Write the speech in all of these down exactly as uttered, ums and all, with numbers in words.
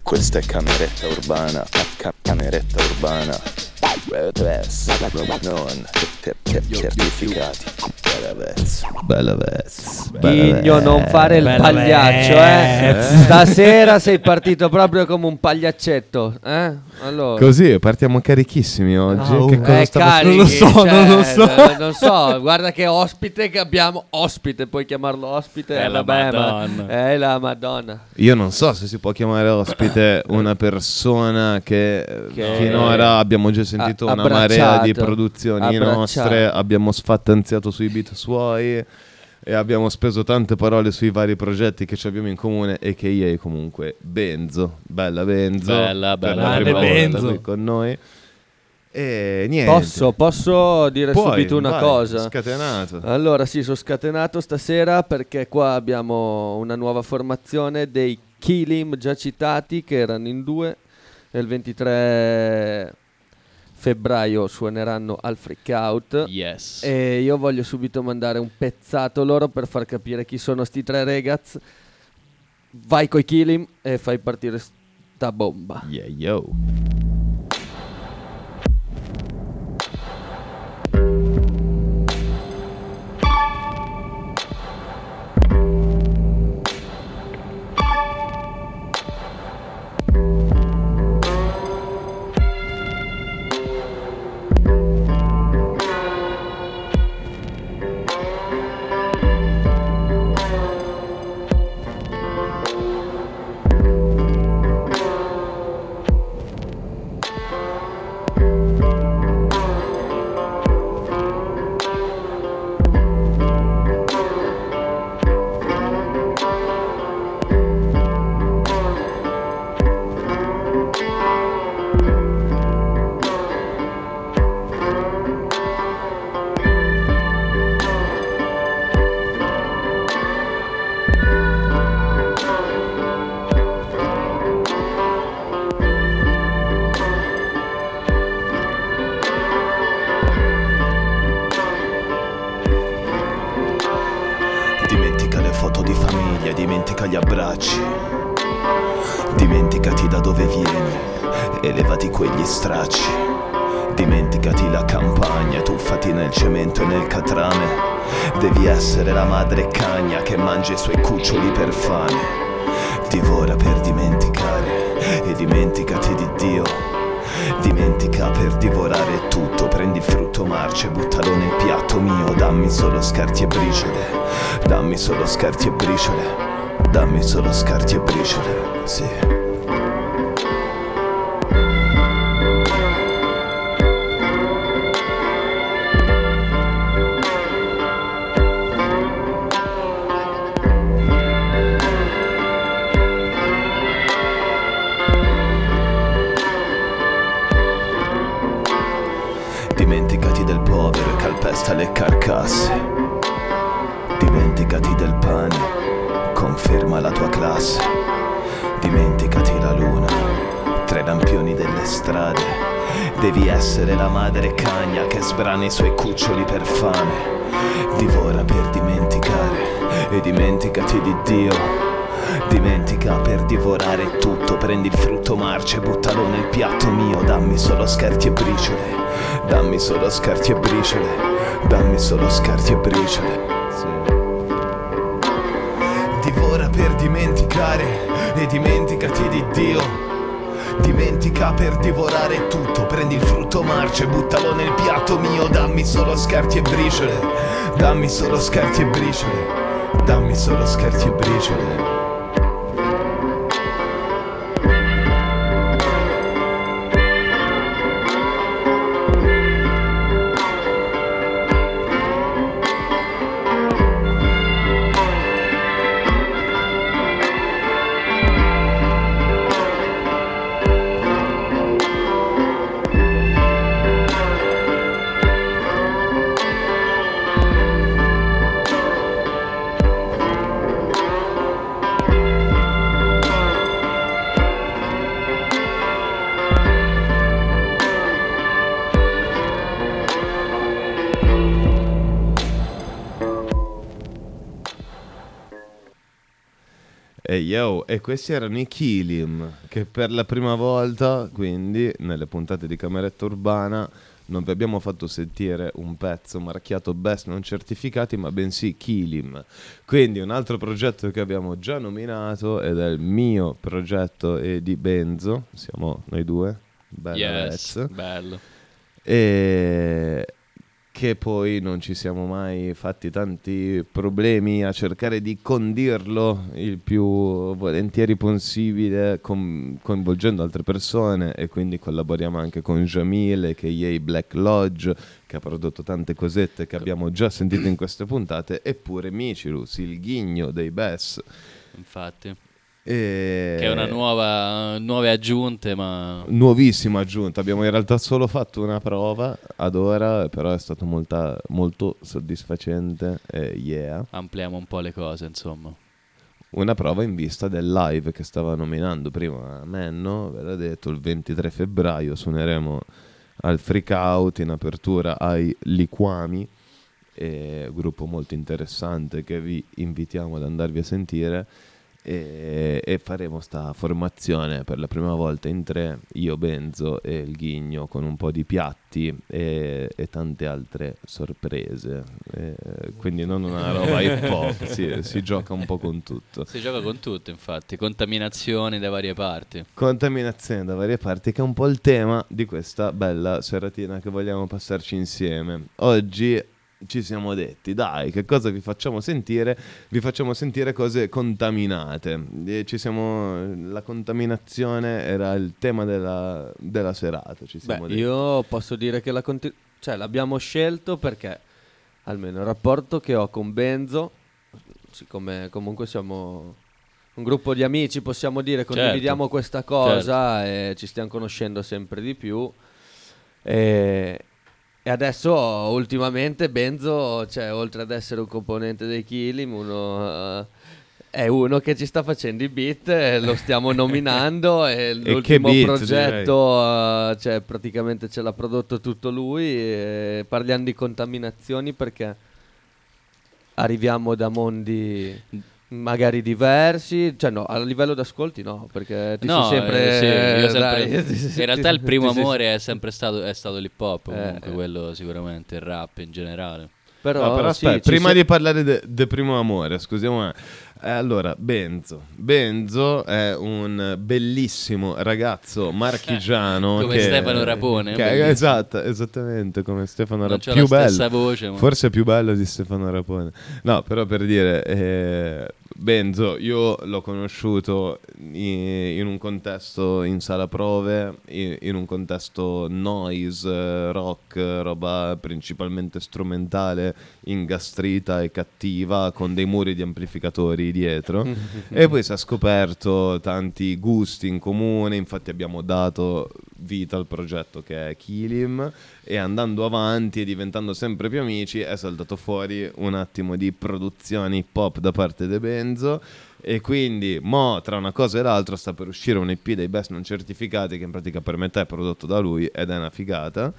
Questa è Cameretta Urbana, ca- Cameretta Urbana, non certificati. Bella vezza, bella vezza. Ghigno, non fare il Bella pagliaccio, eh. vezza. Stasera sei partito proprio come un pagliaccetto, eh? Allora. Così partiamo carichissimi oggi. Oh. Che cosa Eh, sta carichi, Non lo so, cioè, non lo so. eh, non so, guarda che ospite che abbiamo. Ospite, puoi chiamarlo ospite? È Eh, la vabbè, Madonna. ma è la Madonna. Io non so se si può chiamare ospite una persona che, Che- finora abbiamo già sentito Ha- una marea di abbracciato. produzioni Abbracciato. nostre, abbiamo sfattanziato sui beat suoi e abbiamo speso tante parole sui vari progetti che ci abbiamo in comune e che ieri comunque Benzo, bella Benzo, Bella, per bella, la grande prima volta Benzo. qui con noi. E niente. Posso, posso dire Puoi, subito una vai, cosa? Scatenato. Allora, sì, sono scatenato stasera perché qua abbiamo una nuova formazione dei Kilim già citati, che erano in due, e il ventitré febbraio suoneranno al Freak Out. Yes. E io voglio subito mandare un pezzato loro per far capire chi sono sti tre ragazzi. Vai coi Kilim e fai partire sta bomba. Yeah, yo. Dimentica le foto di famiglia, dimentica gli abbracci. Dimenticati da dove vieni e levati quegli stracci. Dimenticati la campagna, tuffati nel cemento e nel catrame. Devi essere la madre cagna che mangia i suoi cuccioli per fame. Divora per dimenticare e dimenticati di Dio. Dimentica per divorare tutto, prendi il frutto marce, buttalo nel piatto mio. Dammi solo scarti e briciole, dammi solo scarti e briciole, dammi solo scarti e briciole, sì. Dimenticati del povero e calpesta le carcasse. Dimenticati del pane, conferma la tua classe. Dimenticati la luna, tra i lampioni delle strade. Devi essere la madre cagna che sbrana i suoi cuccioli per fame. Divora per dimenticare e dimenticati di Dio. Dimentica per divorare tutto, prendi il frutto marce, buttalo nel piatto mio. Dammi solo scherzi e briciole, dammi solo scherzi e briciole, dammi solo scherzi e briciole, sì. Divora per dimenticare e dimenticati di Dio. Dimentica per divorare tutto, prendi il frutto marce, buttalo nel piatto mio. Dammi solo scherzi e briciole, dammi solo scherzi e briciole, dammi solo scherzi e briciole. yo, e questi erano i Kilim, che per la prima volta, quindi, nelle puntate di Cameretta Urbana, non vi abbiamo fatto sentire un pezzo marchiato Best non certificati, ma bensì Kilim. Quindi un altro progetto che abbiamo già nominato ed è il mio progetto e di Benzo, siamo noi due, bella Yes, Vez. bello. E che poi non ci siamo mai fatti tanti problemi a cercare di condirlo il più volentieri possibile, com- coinvolgendo altre persone, e quindi collaboriamo anche con Jamil, che è Black Lodge, che ha prodotto tante cosette che abbiamo già sentito in queste puntate, eppure Michirus, il ghigno dei Bess. Infatti. E... Che è una nuova, nuove aggiunte, ma nuovissima aggiunta. Abbiamo in realtà solo fatto una prova ad ora, però è stato molta, molto soddisfacente. E yeah. ampliamo un po' le cose, insomma. Una prova in vista del live che stava nominando prima Menno, ve l'ho detto, il ventitré febbraio suoneremo al Freak Out in apertura ai Liquami, e gruppo molto interessante che vi invitiamo ad andarvi a sentire. E, e faremo sta formazione per la prima volta in tre, io, Benzo e il Ghigno, con un po' di piatti e, e tante altre sorprese, e quindi non una roba hip hop, si, si gioca un po' con tutto, Si gioca con tutto, infatti, contaminazioni da varie parti. contaminazione da varie parti, che è un po' il tema di questa bella seratina che vogliamo passarci insieme. Oggi ci siamo detti, dai, che cosa vi facciamo sentire? Vi facciamo sentire cose contaminate. E ci siamo, la contaminazione era il tema della, della serata. Ci siamo Beh, detti. io posso dire che la conti- cioè, l'abbiamo scelto perché, almeno il rapporto che ho con Benzo, siccome comunque siamo un gruppo di amici, possiamo dire, condividiamo Certo, questa cosa e ci stiamo conoscendo sempre di più. E, e adesso ultimamente Benzo, cioè, oltre ad essere un componente dei Kilim, uno, eh, è uno che ci sta facendo i beat, e lo stiamo nominando, e l'ultimo beat, progetto, eh, cioè, praticamente ce l'ha prodotto tutto lui. E parliamo di contaminazioni perché arriviamo da mondi magari diversi, cioè no, a livello d'ascolti no, perché ti No, sei sempre, eh, sì, io sempre- dai, ti- in realtà il ti- primo ti sei- amore è sempre stato, è stato l'hip hop, comunque Eh, eh. quello sicuramente, il rap in generale. Però, No, però sì, aspetta, ci prima si- di parlare de, de primo amore, scusiamo, eh, allora, Benzo. Benzo è un bellissimo ragazzo marchigiano. Come che, Stefano Rapone, che- bellissimo. esatto, esattamente, come Stefano Non Rapone. c'ho Più la bello. stessa voce, ma Forse più bello di Stefano Rapone. No, però per dire, eh, Benzo, io l'ho conosciuto in, in un contesto in sala prove, in, in un contesto noise, eh, rock, roba principalmente strumentale, ingastrita e cattiva, con dei muri di amplificatori dietro. E poi si è scoperto tanti gusti in comune, infatti abbiamo dato vita al progetto che è Kilim, e andando avanti e diventando sempre più amici è saltato fuori un attimo di produzione hip hop da parte di Benzo, e quindi mo tra una cosa e l'altra sta per uscire un E P dei Best non certificati, che in pratica per metà è prodotto da lui ed è una figata.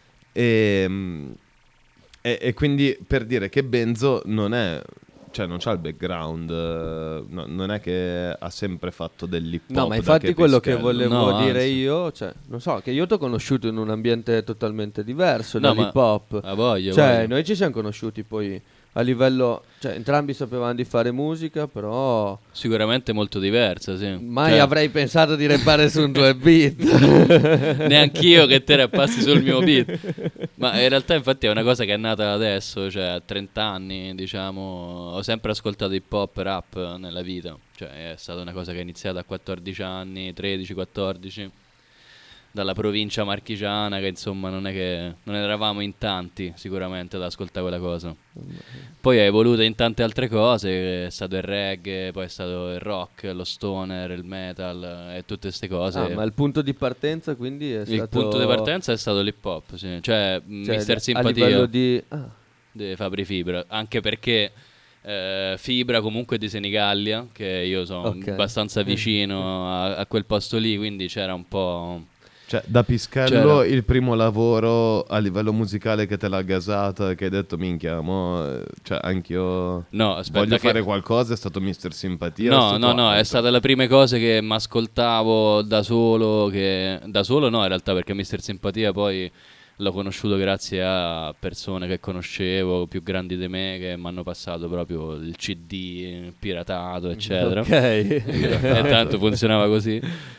E, e, e quindi per dire che Benzo non è, cioè non c'ha il background, eh, no, non è che ha sempre fatto dell'hip hop. No, ma da infatti che quello che pischello. volevo No, dire anzi. io, cioè, non so, che io ti ho conosciuto in un ambiente totalmente diverso No, dall'hip ma- hop. a voglia, Cioè, voglia. noi ci siamo conosciuti poi a livello, cioè, entrambi sapevamo di fare musica, però Sicuramente molto diversa, sì. mai Cioè, avrei pensato di rappare su un due beat. neanch'io che te rappassi sul mio beat. Ma in realtà infatti è una cosa che è nata adesso, cioè a trenta anni, diciamo, ho sempre ascoltato hip hop, rap nella vita. Cioè è stata una cosa che è iniziata a quattordici anni, tredici quattordici, dalla provincia marchigiana, che insomma non è che non eravamo in tanti sicuramente ad ascoltare quella cosa. Poi è evoluta in tante altre cose, è stato il reggae, poi è stato il rock, lo stoner, il metal e tutte queste cose. Ah, ma il punto di partenza quindi è Il stato... punto di partenza è stato l'hip hop, sì. Cioè, cioè, Mister a Simpatia livello di... ah, di Fabri Fibra, anche perché eh, Fibra comunque di Senigallia, che io sono Ok. abbastanza vicino a, a quel posto lì, quindi c'era un po' Cioè, da Pischello, C'era. il primo lavoro a livello musicale che te l'ha gasata, che hai detto, minchia, mo, eh, cioè, anch'io No, aspetta voglio che- fare qualcosa, è stato mister Simpatia. o No, stato no, no, è altro? stata la prima cosa che mi ascoltavo da solo, che da solo no in realtà, perché mister Simpatia poi l'ho conosciuto grazie a persone che conoscevo, più grandi di me, che mi hanno passato proprio il C D piratato, eccetera. Ok. E tanto funzionava così.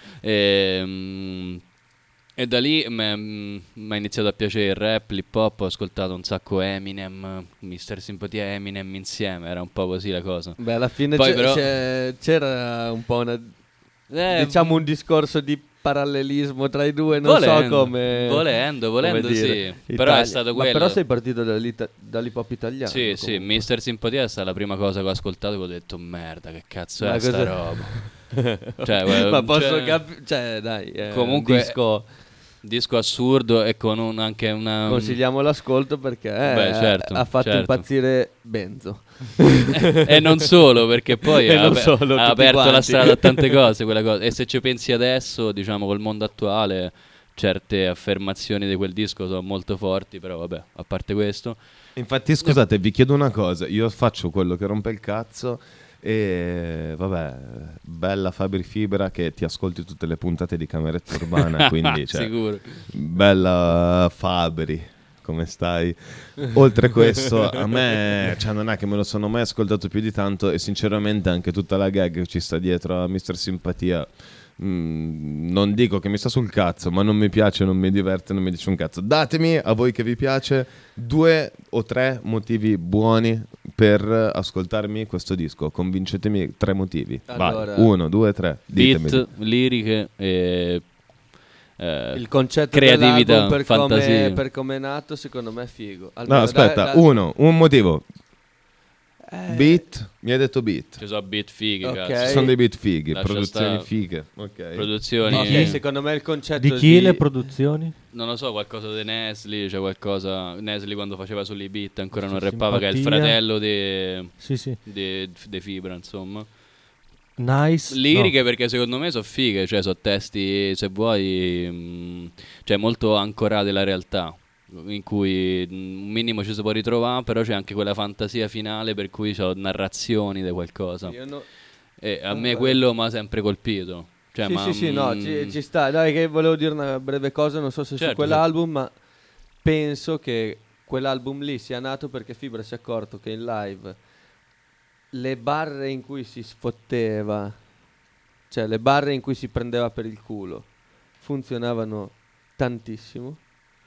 E, mm, e da lì mi è iniziato a piacere il rap, l'hip hop, ho ascoltato un sacco Eminem, mister Simpatia e Eminem insieme, era un po' così la cosa. Beh, alla fine Poi c'è- però- c'è- c'era un po' una, Eh, diciamo un discorso di parallelismo tra i due, non volendo, so come volendo, volendo, come dire. sì. Però è Italia- stato Ma quello. però sei partito dall'ita- dall'hip hop italiano. Sì, sì, comunque. mister Simpatia è stata la prima cosa che ho ascoltato e ho detto merda, che cazzo Ma è sta cosa- roba? Cioè, guarda, Ma posso cioè, capire, cioè dai, è comunque- un disco, disco assurdo e con un, anche una... consigliamo l'ascolto perché eh, Beh, certo, ha fatto certo. impazzire Benzo. E non solo, perché poi E ha, non ape- solo, ha tutti aperto la quanti. strada a tante cose, quella cosa. E se ci pensi adesso, diciamo, col mondo attuale, certe affermazioni di quel disco sono molto forti, però vabbè, a parte questo... Infatti, scusate, vi chiedo una cosa. Io faccio quello che rompe il cazzo e vabbè, bella Fabri Fibra che ti ascolti tutte le puntate di Cameretta Urbana, quindi cioè, Sicuro. bella Fabri, come stai? Oltre questo, a me cioè, non è che me lo sono mai ascoltato più di tanto e sinceramente anche tutta la gag che ci sta dietro a mister Simpatia, mm, non dico che mi sta sul cazzo, ma non mi piace, non mi diverte, non mi dice un cazzo. Datemi, a voi che vi piace, due o tre motivi buoni per ascoltarmi questo disco. Convincetemi, tre motivi. Allora, Vai, uno, due, tre. Ditemeli. Beat, liriche e... eh, Il concetto creatività, dell'album per come, fantasia. per come è nato secondo me è figo. No, Allora, aspetta, da- da- uno, un motivo. eh, Beat, mi hai detto beat. ci sono beat fighe, Ok. cazzo. Ci sono dei beat fighi, Lascia produzioni stare. fighe. Ok. Produzioni... ok, secondo me il concetto Di chi le produzioni? Non lo so, qualcosa di Nesli, c'è qualcosa... Nesli quando faceva sugli beat ancora non Sì, rappava, che è il Simpatia. fratello di Sì, sì. De Fibra, insomma. Nice. Liriche perché secondo me sono fighe, cioè sono testi, se vuoi, mh, cioè molto ancorati alla realtà, in cui mh, un minimo ci si può ritrovare, però c'è anche quella fantasia finale per cui c'ho narrazioni di qualcosa. Io no- E a Ah, me beh. quello mi ha sempre colpito. Cioè, sì, ma, sì, sì, no, mh, ci, ci sta. Dai, che volevo dire una breve cosa, non so se Certo, su quell'album, ma penso che quell'album lì sia nato perché Fibra si è accorto che in live le barre in cui si sfotteva, cioè le barre in cui si prendeva per il culo, funzionavano tantissimo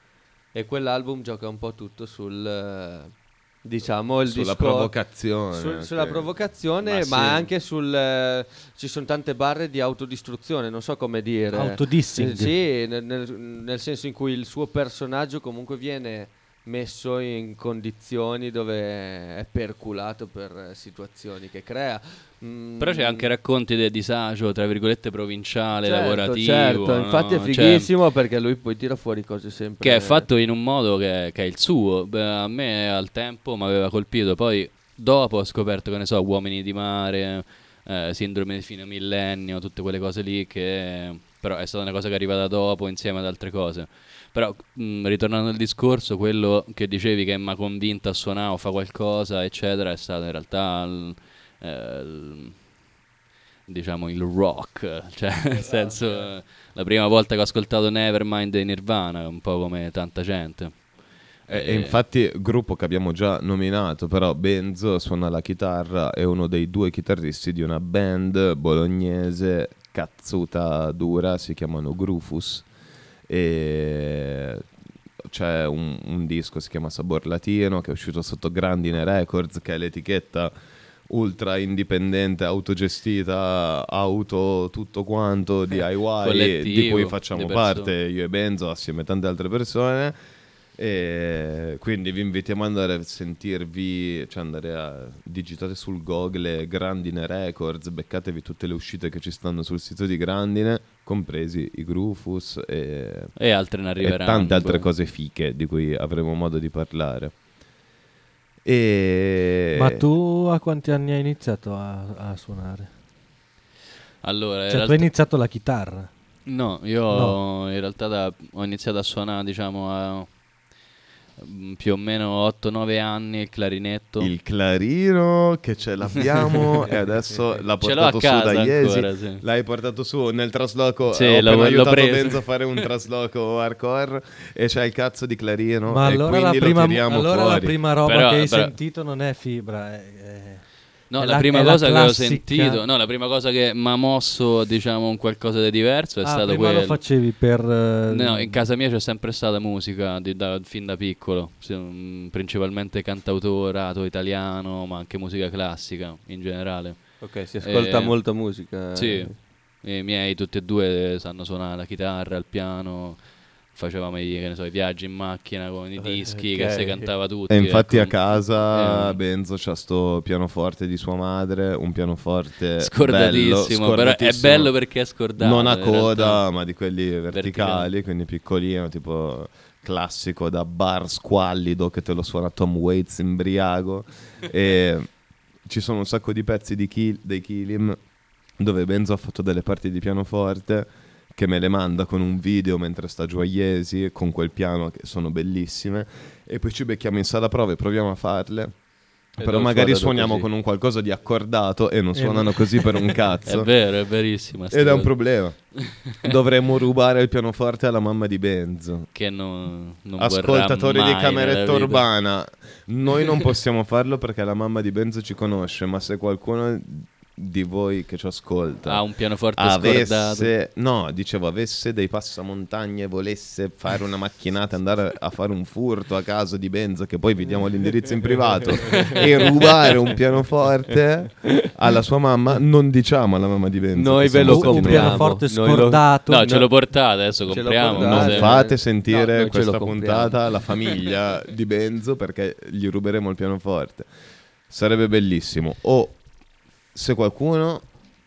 e quell'album gioca un po' tutto sul, eh, diciamo, il Sulla disco- provocazione. sul- ok. sulla provocazione, Ma ma, sì. anche sul eh, ci sono tante barre di autodistruzione, non so come dire. Autodissing. Eh, Sì, nel, nel- nel senso in cui il suo personaggio comunque viene messo in condizioni dove è perculato per eh, situazioni che crea. Mm, Però c'è anche racconti del disagio, tra virgolette, provinciale, certo, lavorativo. certo, no? infatti è Cioè, fighissimo perché lui poi tira fuori cose sempre che è fatto in un modo che, che è il suo. Beh, a me al tempo mi aveva colpito, poi dopo ho scoperto che ne so, Uomini di mare, eh, Sindrome di fine millennio, tutte quelle cose lì che però è stata una cosa che è arrivata dopo insieme ad altre cose. Però mh, ritornando al discorso, quello che dicevi che mi ha convinto a suonare o fa qualcosa eccetera è stato in realtà il, eh, il- diciamo il rock, cioè nel senso eh, la prima volta che ho ascoltato Nevermind dei Nirvana, un po' come tanta gente. E, e infatti gruppo che abbiamo già nominato, però Benzo suona la chitarra, è uno dei due chitarristi di una band bolognese cazzuta dura, si chiamano Grufus, e c'è un, un disco, si chiama Sabor Latino, che è uscito sotto Grandine Records, che è l'etichetta ultra indipendente, autogestita, auto tutto quanto, D I Y, Collettivo di cui facciamo di persone. parte io e Benzo assieme a tante altre persone. E quindi vi invitiamo ad andare a sentirvi, cioè andare a digitate sul Google Grandine Records, beccatevi tutte le uscite che ci stanno sul sito di Grandine, compresi i Grufus e, E altre ne e arriveranno. tante altre poi. cose fiche di cui avremo modo di parlare. E Ma tu a quanti anni hai iniziato a, a suonare? Allora, in Cioè tu realtà- hai iniziato la chitarra. No, io No. in realtà da- ho iniziato a suonare, diciamo, a mm, più o meno otto nove anni il clarinetto. Il clarino che ce l'abbiamo e adesso l'ha Ce l'ho a portato su casa da Iesi. ancora, sì. L'hai portato su nel trasloco. Sì, ho l'ho- appena l'ho aiutato preso. Benzo a fare un trasloco hardcore e c'è il cazzo di clarino Ma e allora, la quindi prima, lo tiriamo allora la fuori. prima roba Però- che hai però- sentito non è fibra, è, è- No, è la, la- prima è la cosa che ho classica- sentito, no, la prima cosa che mi ha mosso, diciamo, un qualcosa di diverso è Ah, stato prima quello. lo facevi per... eh, No, in casa mia c'è sempre stata musica di- da- fin da piccolo, sì, mm, principalmente cantautorato italiano, ma anche musica classica in generale. Ok, si ascolta Eh, molta musica. Sì, i miei tutti e due sanno suonare la chitarra, il piano. Facevamo i, che ne so, i viaggi in macchina con i Eh, dischi ok. che si cantava tutti. E infatti ecco. a casa Eh, Benzo c'ha sto pianoforte di sua madre, un pianoforte Scordatissimo, bello, però è scordatissimo. bello perché è scordato. Non a in coda, realtà. ma di quelli verticali, Verticali. quindi piccolino, tipo classico da bar squallido che te lo suona Tom Waits in Briago. E ci sono un sacco di pezzi di Kil- dei Kilim dove Benzo ha fatto delle parti di pianoforte che me le manda con un video mentre sta giù a Iesi, con quel piano che sono bellissime, e poi ci becchiamo in sala prove e proviamo a farle. E Però non magari suonano suoniamo così. con un qualcosa di accordato e non Eh, suonano così per un È cazzo. vero, è verissimo. sta Ed è un cosa. problema. Dovremmo rubare il pianoforte alla mamma di Benzo. Che non, non Ascoltatori vorrà di mai Cameretta nella vita. Urbana, noi non possiamo farlo perché la mamma di Benzo ci conosce, ma se qualcuno di voi che ci ascolta Ha un pianoforte scordato. avesse, no, dicevo, avesse dei passamontagne e volesse fare una macchinata, andare a fare un furto a casa di Benzo, che poi vi diamo l'indirizzo in privato, e rubare un pianoforte alla sua mamma, non diciamo alla mamma di Benzo. Noi che ve siamo lo un stati noi. compriamo. pianoforte Noi lo- scordato. No, ce lo portate, adesso Ce lo compriamo. portate. Non se- fate No, sentire noi ce questa lo compriamo. puntata alla famiglia di Benzo perché gli ruberemo il pianoforte. Sarebbe bellissimo. O se qualcuno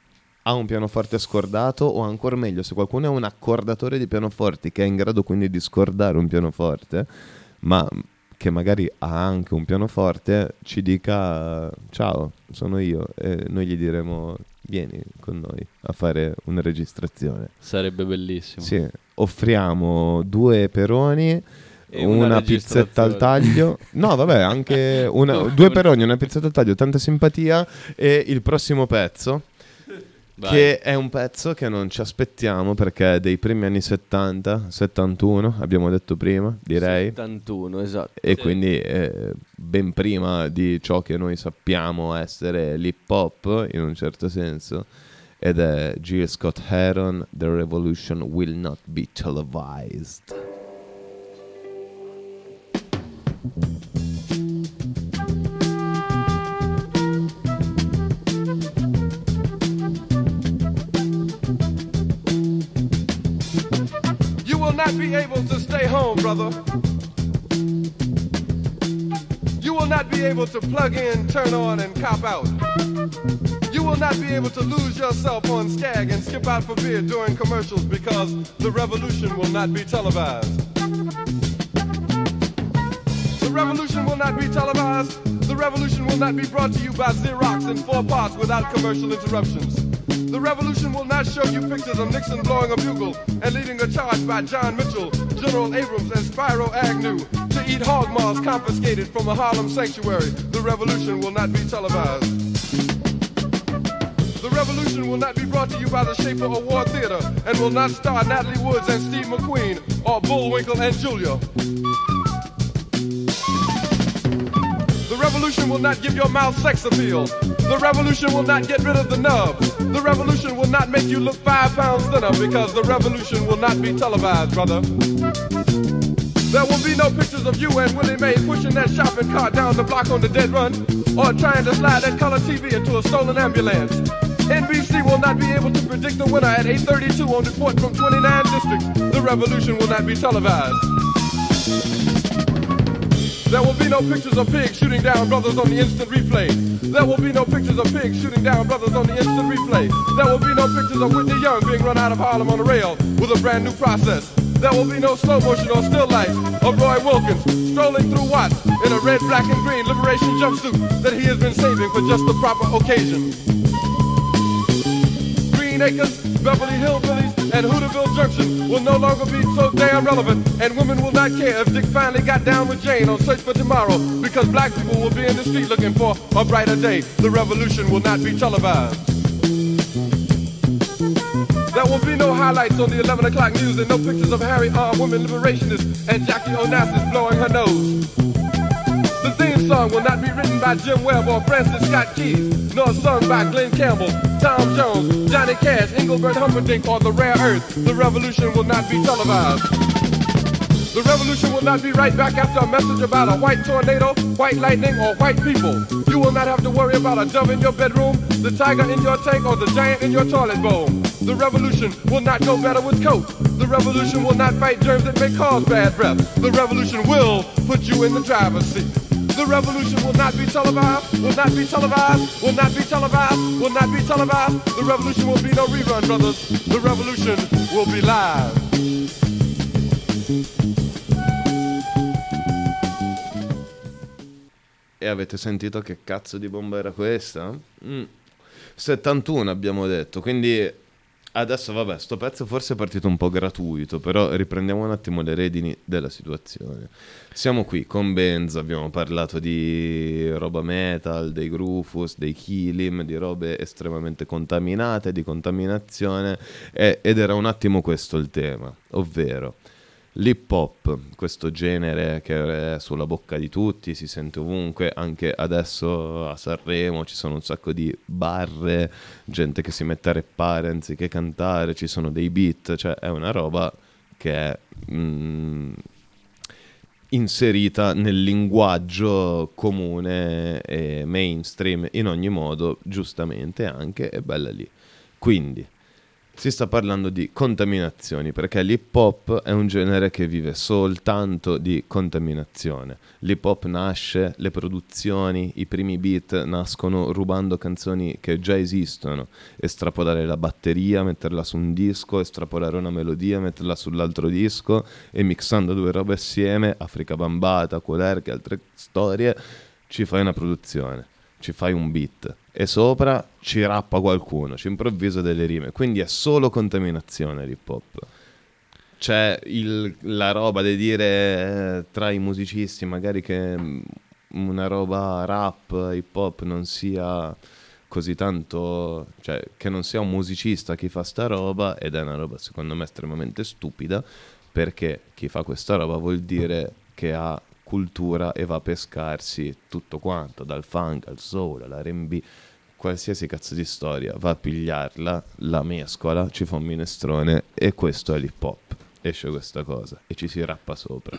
ha un pianoforte scordato, o ancora meglio, se qualcuno è un accordatore di pianoforti che è in grado quindi di scordare un pianoforte, ma che magari ha anche un pianoforte, ci dica ciao, sono io, e noi gli diremo vieni con noi a fare una registrazione. Sarebbe bellissimo. Sì, offriamo due peroni, E una una, pizzetta al registrazione. taglio. No, vabbè, anche una- due peroni, una pizzetta al taglio, tanta simpatia. E il prossimo pezzo, Vai. che è un pezzo che non ci aspettiamo perché è dei primi anni settanta, settantuno, abbiamo detto prima, direi. settantuno, esatto. E quindi eh, ben prima di ciò che noi sappiamo essere l'hip hop, in un certo senso. Ed è G. Scott Heron, The Revolution Will Not Be Televised. You will not be able to stay home, brother. You will not be able to plug in, turn on, and cop out. You will not be able to lose yourself on Skag and skip out for beer during commercials because the revolution will not be televised. The revolution will not be televised. The revolution will not be brought to you by Xerox in four parts without commercial interruptions. The revolution will not show you pictures of Nixon blowing a bugle and leading a charge by John Mitchell, General Abrams, and Spyro Agnew to eat hog maws confiscated from a Harlem sanctuary. The revolution will not be televised. The revolution will not be brought to you by the Schaefer Award Theater and will not star Natalie Woods and Steve McQueen or Bullwinkle and Julia. The revolution will not give your mouth sex appeal. The revolution will not get rid of the nubs. The revolution will not make you look five pounds thinner because the revolution will not be televised, brother. There will be no pictures of you and Willie Mae pushing that shopping cart down the block on the dead run or trying to slide that color T V into a stolen ambulance. N B C will not be able to predict the winner at eight thirty-two on report from twenty-nine districts. The revolution will not be televised. There will be no pictures of pigs shooting down brothers on the instant replay. There will be no pictures of pigs shooting down brothers on the instant replay. There will be no pictures of Whitney Young being run out of Harlem on a rail with a brand new process. There will be no slow motion or still lights of Roy Wilkins strolling through Watts in a red, black, and green liberation jumpsuit that he has been saving for just the proper occasion. Green Acres, Beverly Hillbillies, and Hooterville Junction will no longer be so damn relevant, and women will not care if Dick finally got down with Jane on Search for Tomorrow, because black people will be in the street looking for a brighter day. The revolution will not be televised. There will be no highlights on the eleven o'clock news and no pictures of Harry armed women liberationists and Jackie Onassis blowing her nose. The theme song will not be written by Jim Webb or Francis Scott Keys, nor sung by Glenn Campbell, Tom Jones, Johnny Cash, Engelbert Humperdinck, or The Rare Earth. The revolution will not be televised. The revolution will not be right back after a message about a white tornado, white lightning, or white people. You will not have to worry about a dove in your bedroom, the tiger in your tank, or the giant in your toilet bowl. The revolution will not go better with Coke. The revolution will not fight germs that may cause bad breath. The revolution will put you in the driver's seat. The revolution will not be televised, will not be televised, will not be televised, will not be televised. The revolution will be no rerun, brothers. The revolution will be live. E avete sentito che cazzo di bomba era questa? Mm. settantuno abbiamo detto, quindi adesso vabbè, sto pezzo forse è partito un po' gratuito, però riprendiamo un attimo le redini della situazione. Siamo qui con Benzo, abbiamo parlato di roba metal, dei Grufus, dei Kilim, di robe estremamente contaminate, di contaminazione, e, ed era un attimo questo il tema, ovvero l'hip hop, questo genere che è sulla bocca di tutti, si sente ovunque, anche adesso a Sanremo ci sono un sacco di barre, gente che si mette a rappare anziché cantare, ci sono dei beat, cioè è una roba che è mm, inserita nel linguaggio comune e mainstream in ogni modo, giustamente anche, è bella lì. Quindi si sta parlando di contaminazioni, perché l'hip hop è un genere che vive soltanto di contaminazione. L'hip hop nasce, le produzioni, i primi beat nascono rubando canzoni che già esistono, estrapolare la batteria, metterla su un disco, estrapolare una melodia, metterla sull'altro disco e mixando due robe assieme, Africa Bambata, Qualerche e altre storie, ci fai una produzione, ci fai un beat. E sopra ci rappa qualcuno, ci improvvisa delle rime, quindi è solo contaminazione l'hip hop. C'è il, la roba di dire eh, tra i musicisti magari che mh, una roba rap, hip hop non sia così tanto, cioè che non sia un musicista chi fa sta roba, ed è una roba secondo me estremamente stupida, perché chi fa questa roba vuol dire che ha cultura e va a pescarsi tutto quanto, dal funk al soul all'R and B, qualsiasi cazzo di storia, va a pigliarla, la mescola, ci fa un minestrone e questo è l'hip hop, esce questa cosa e ci si rappa sopra.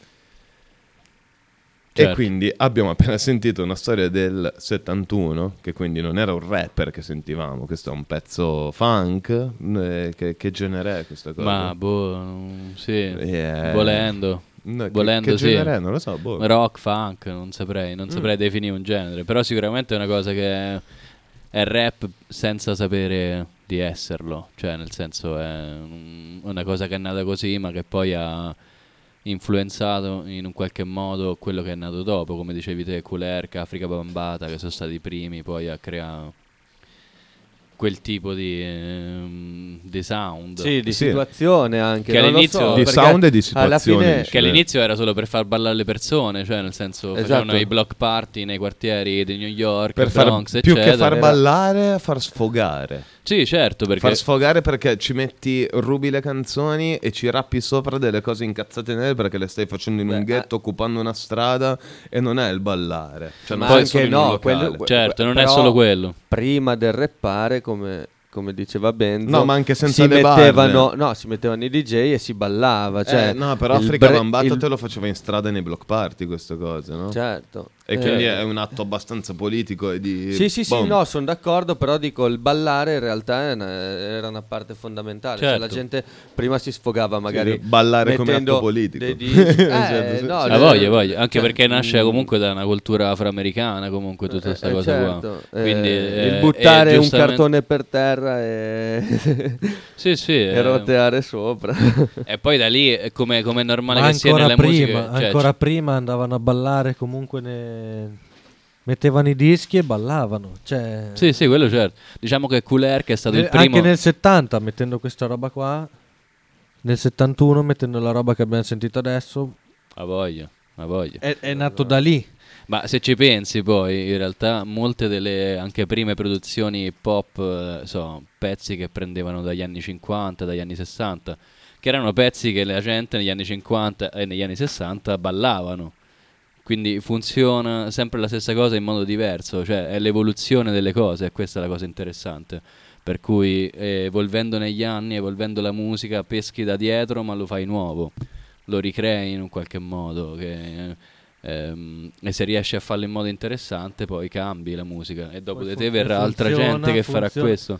Certo. E quindi abbiamo appena sentito una storia del settantuno, che quindi non era un rapper che sentivamo, questo è un pezzo funk, eh, che, che genere è questa cosa? Ma boh, sì, Yeah. volendo. No, Volendo, che, che sì. genere è? Non lo so, boh. Rock, funk, non saprei, non saprei Mm. definire un genere, però sicuramente è una cosa che è, è rap senza sapere di esserlo, cioè nel senso è un- una cosa che è nata così ma che poi ha influenzato in un qualche modo quello che è nato dopo, come dicevi te, Qualerca, Africa Bambata, che sono stati i primi poi a creare quel tipo di, ehm, di sound. Sì, di Sì. situazione anche. Che non lo all'inizio- so, Di perché sound e di alla situazione, fine- dici. Che all'inizio era solo per far ballare le persone, cioè nel senso Esatto. facevano i block party nei quartieri di New York, Per far, Bronx, più eccetera. che far Era- ballare, far sfogare. Sì, certo, perché Far sfogare perché ci metti, rubi le canzoni e ci rappi sopra delle cose incazzate nere perché le stai facendo in un Beh, ghetto, occupando una strada, e non è il ballare. Cioè, Ma non sei anche solo in un no, locale. quello- certo, non è però- solo quello. prima del rappare, come, come diceva Benzo, No, ma anche senza si le mettevano, barre. no, si mettevano i D J e si ballava. Cioè, Eh, no, però il Africa bre- Bambata il- te lo faceva in strada nei block party queste cose, no? Certo. E Eh, quindi è un atto abbastanza politico e di... Sì, sì, sì, boom. no, sono d'accordo, però dico, il ballare in realtà è una- era una parte fondamentale. Cioè, Certo. la gente prima si sfogava magari Sì, ballare come mettendo atto politico. dei dischi. Eh, Certo, sì. no, Ah, le- voglia, voglia. Anche cioè, perché nasce mm, comunque da una cultura afroamericana, comunque tutta questa eh, cosa certo. qua. Quindi, Eh, eh, il buttare e un giustamente- cartone per terra e, Sì, sì. e eh, roteare sopra. E poi da lì, è come, come è normale Ma che sia ancora nelle prima, musiche. Cioè, ancora prima andavano a ballare comunque ne- mettevano i dischi e ballavano. Cioè, Sì, sì, quello certo. Diciamo che Kool Herc è stato nel- il primo. Anche nel settanta, mettendo questa roba qua, nel settantuno, mettendo la roba che abbiamo sentito adesso, A voglia, a voglia. è, è nato da lì. Ma se ci pensi poi, in realtà molte delle anche prime produzioni hip hop eh, sono pezzi che prendevano dagli anni cinquanta, dagli anni sessanta, che erano pezzi che la gente negli anni cinquanta e negli anni sessanta ballavano. Quindi funziona sempre la stessa cosa in modo diverso, cioè è l'evoluzione delle cose, e questa è la cosa interessante. Per cui eh, evolvendo negli anni, evolvendo la musica, peschi da dietro ma lo fai nuovo, lo ricrei in un qualche modo che, ehm, e se riesci a farlo in modo interessante poi cambi la musica e dopo Poi di fu- te verrà funziona, altra gente che farà funziona. questo.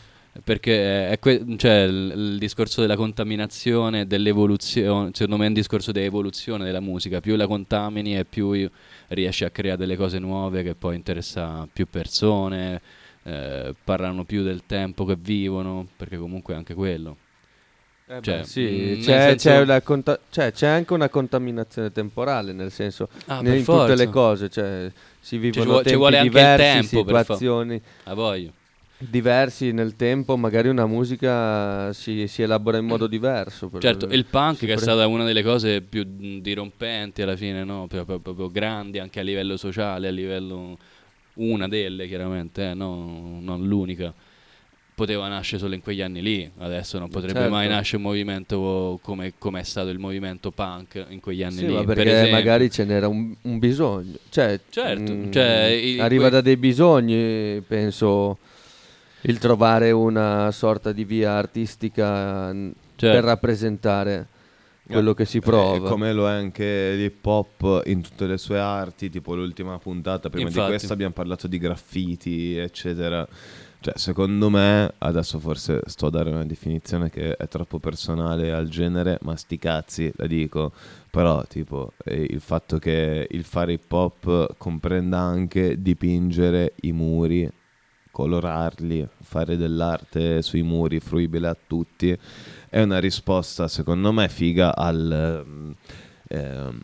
Perché è que- cioè, il, il discorso della contaminazione, dell'evoluzione, secondo me è un discorso di evoluzione della musica, più la contamini e più io- riesci a creare delle cose nuove che poi interessa più persone, eh, parlano più del tempo che vivono, perché comunque è anche quello. Eh beh, Cioè, sì, mh, nel c'è, senso- c'è una conta- cioè, c'è anche una contaminazione temporale, nel senso, Ah, ne- per in tutte forza. le cose, cioè, si vivono vuole- ci tempi vuole anche il diversi, tempo per fa- situazioni A voglia. diversi nel tempo, magari una musica si, si elabora in modo diverso. per- Certo, il punk si che è pre- stata una delle cose più mh, dirompenti alla fine, no? Proprio, proprio grandi anche a livello sociale, a livello una delle chiaramente, eh, no? Non l'unica. Poteva nascere solo in quegli anni lì, adesso non potrebbe Certo. mai nascere un movimento come come è stato il movimento punk in quegli anni Sì, lì. ma per perché esempio. magari ce n'era un, un bisogno. Cioè, Certo, mm, cioè, i- arriva que- da dei bisogni, penso, il trovare una sorta di via artistica mm, Certo. per rappresentare quello che si prova. Eh, come lo è anche l'hip hop in tutte le sue arti, tipo l'ultima puntata, prima Infatti. di questa abbiamo parlato di graffiti, eccetera. Cioè, secondo me, adesso forse sto a dare una definizione che è troppo personale al genere, ma sti cazzi, la dico. Però, tipo, eh, il fatto che il fare hip hop comprenda anche dipingere i muri, colorarli, fare dell'arte sui muri fruibile a tutti, è una risposta, secondo me, figa al ehm, ehm,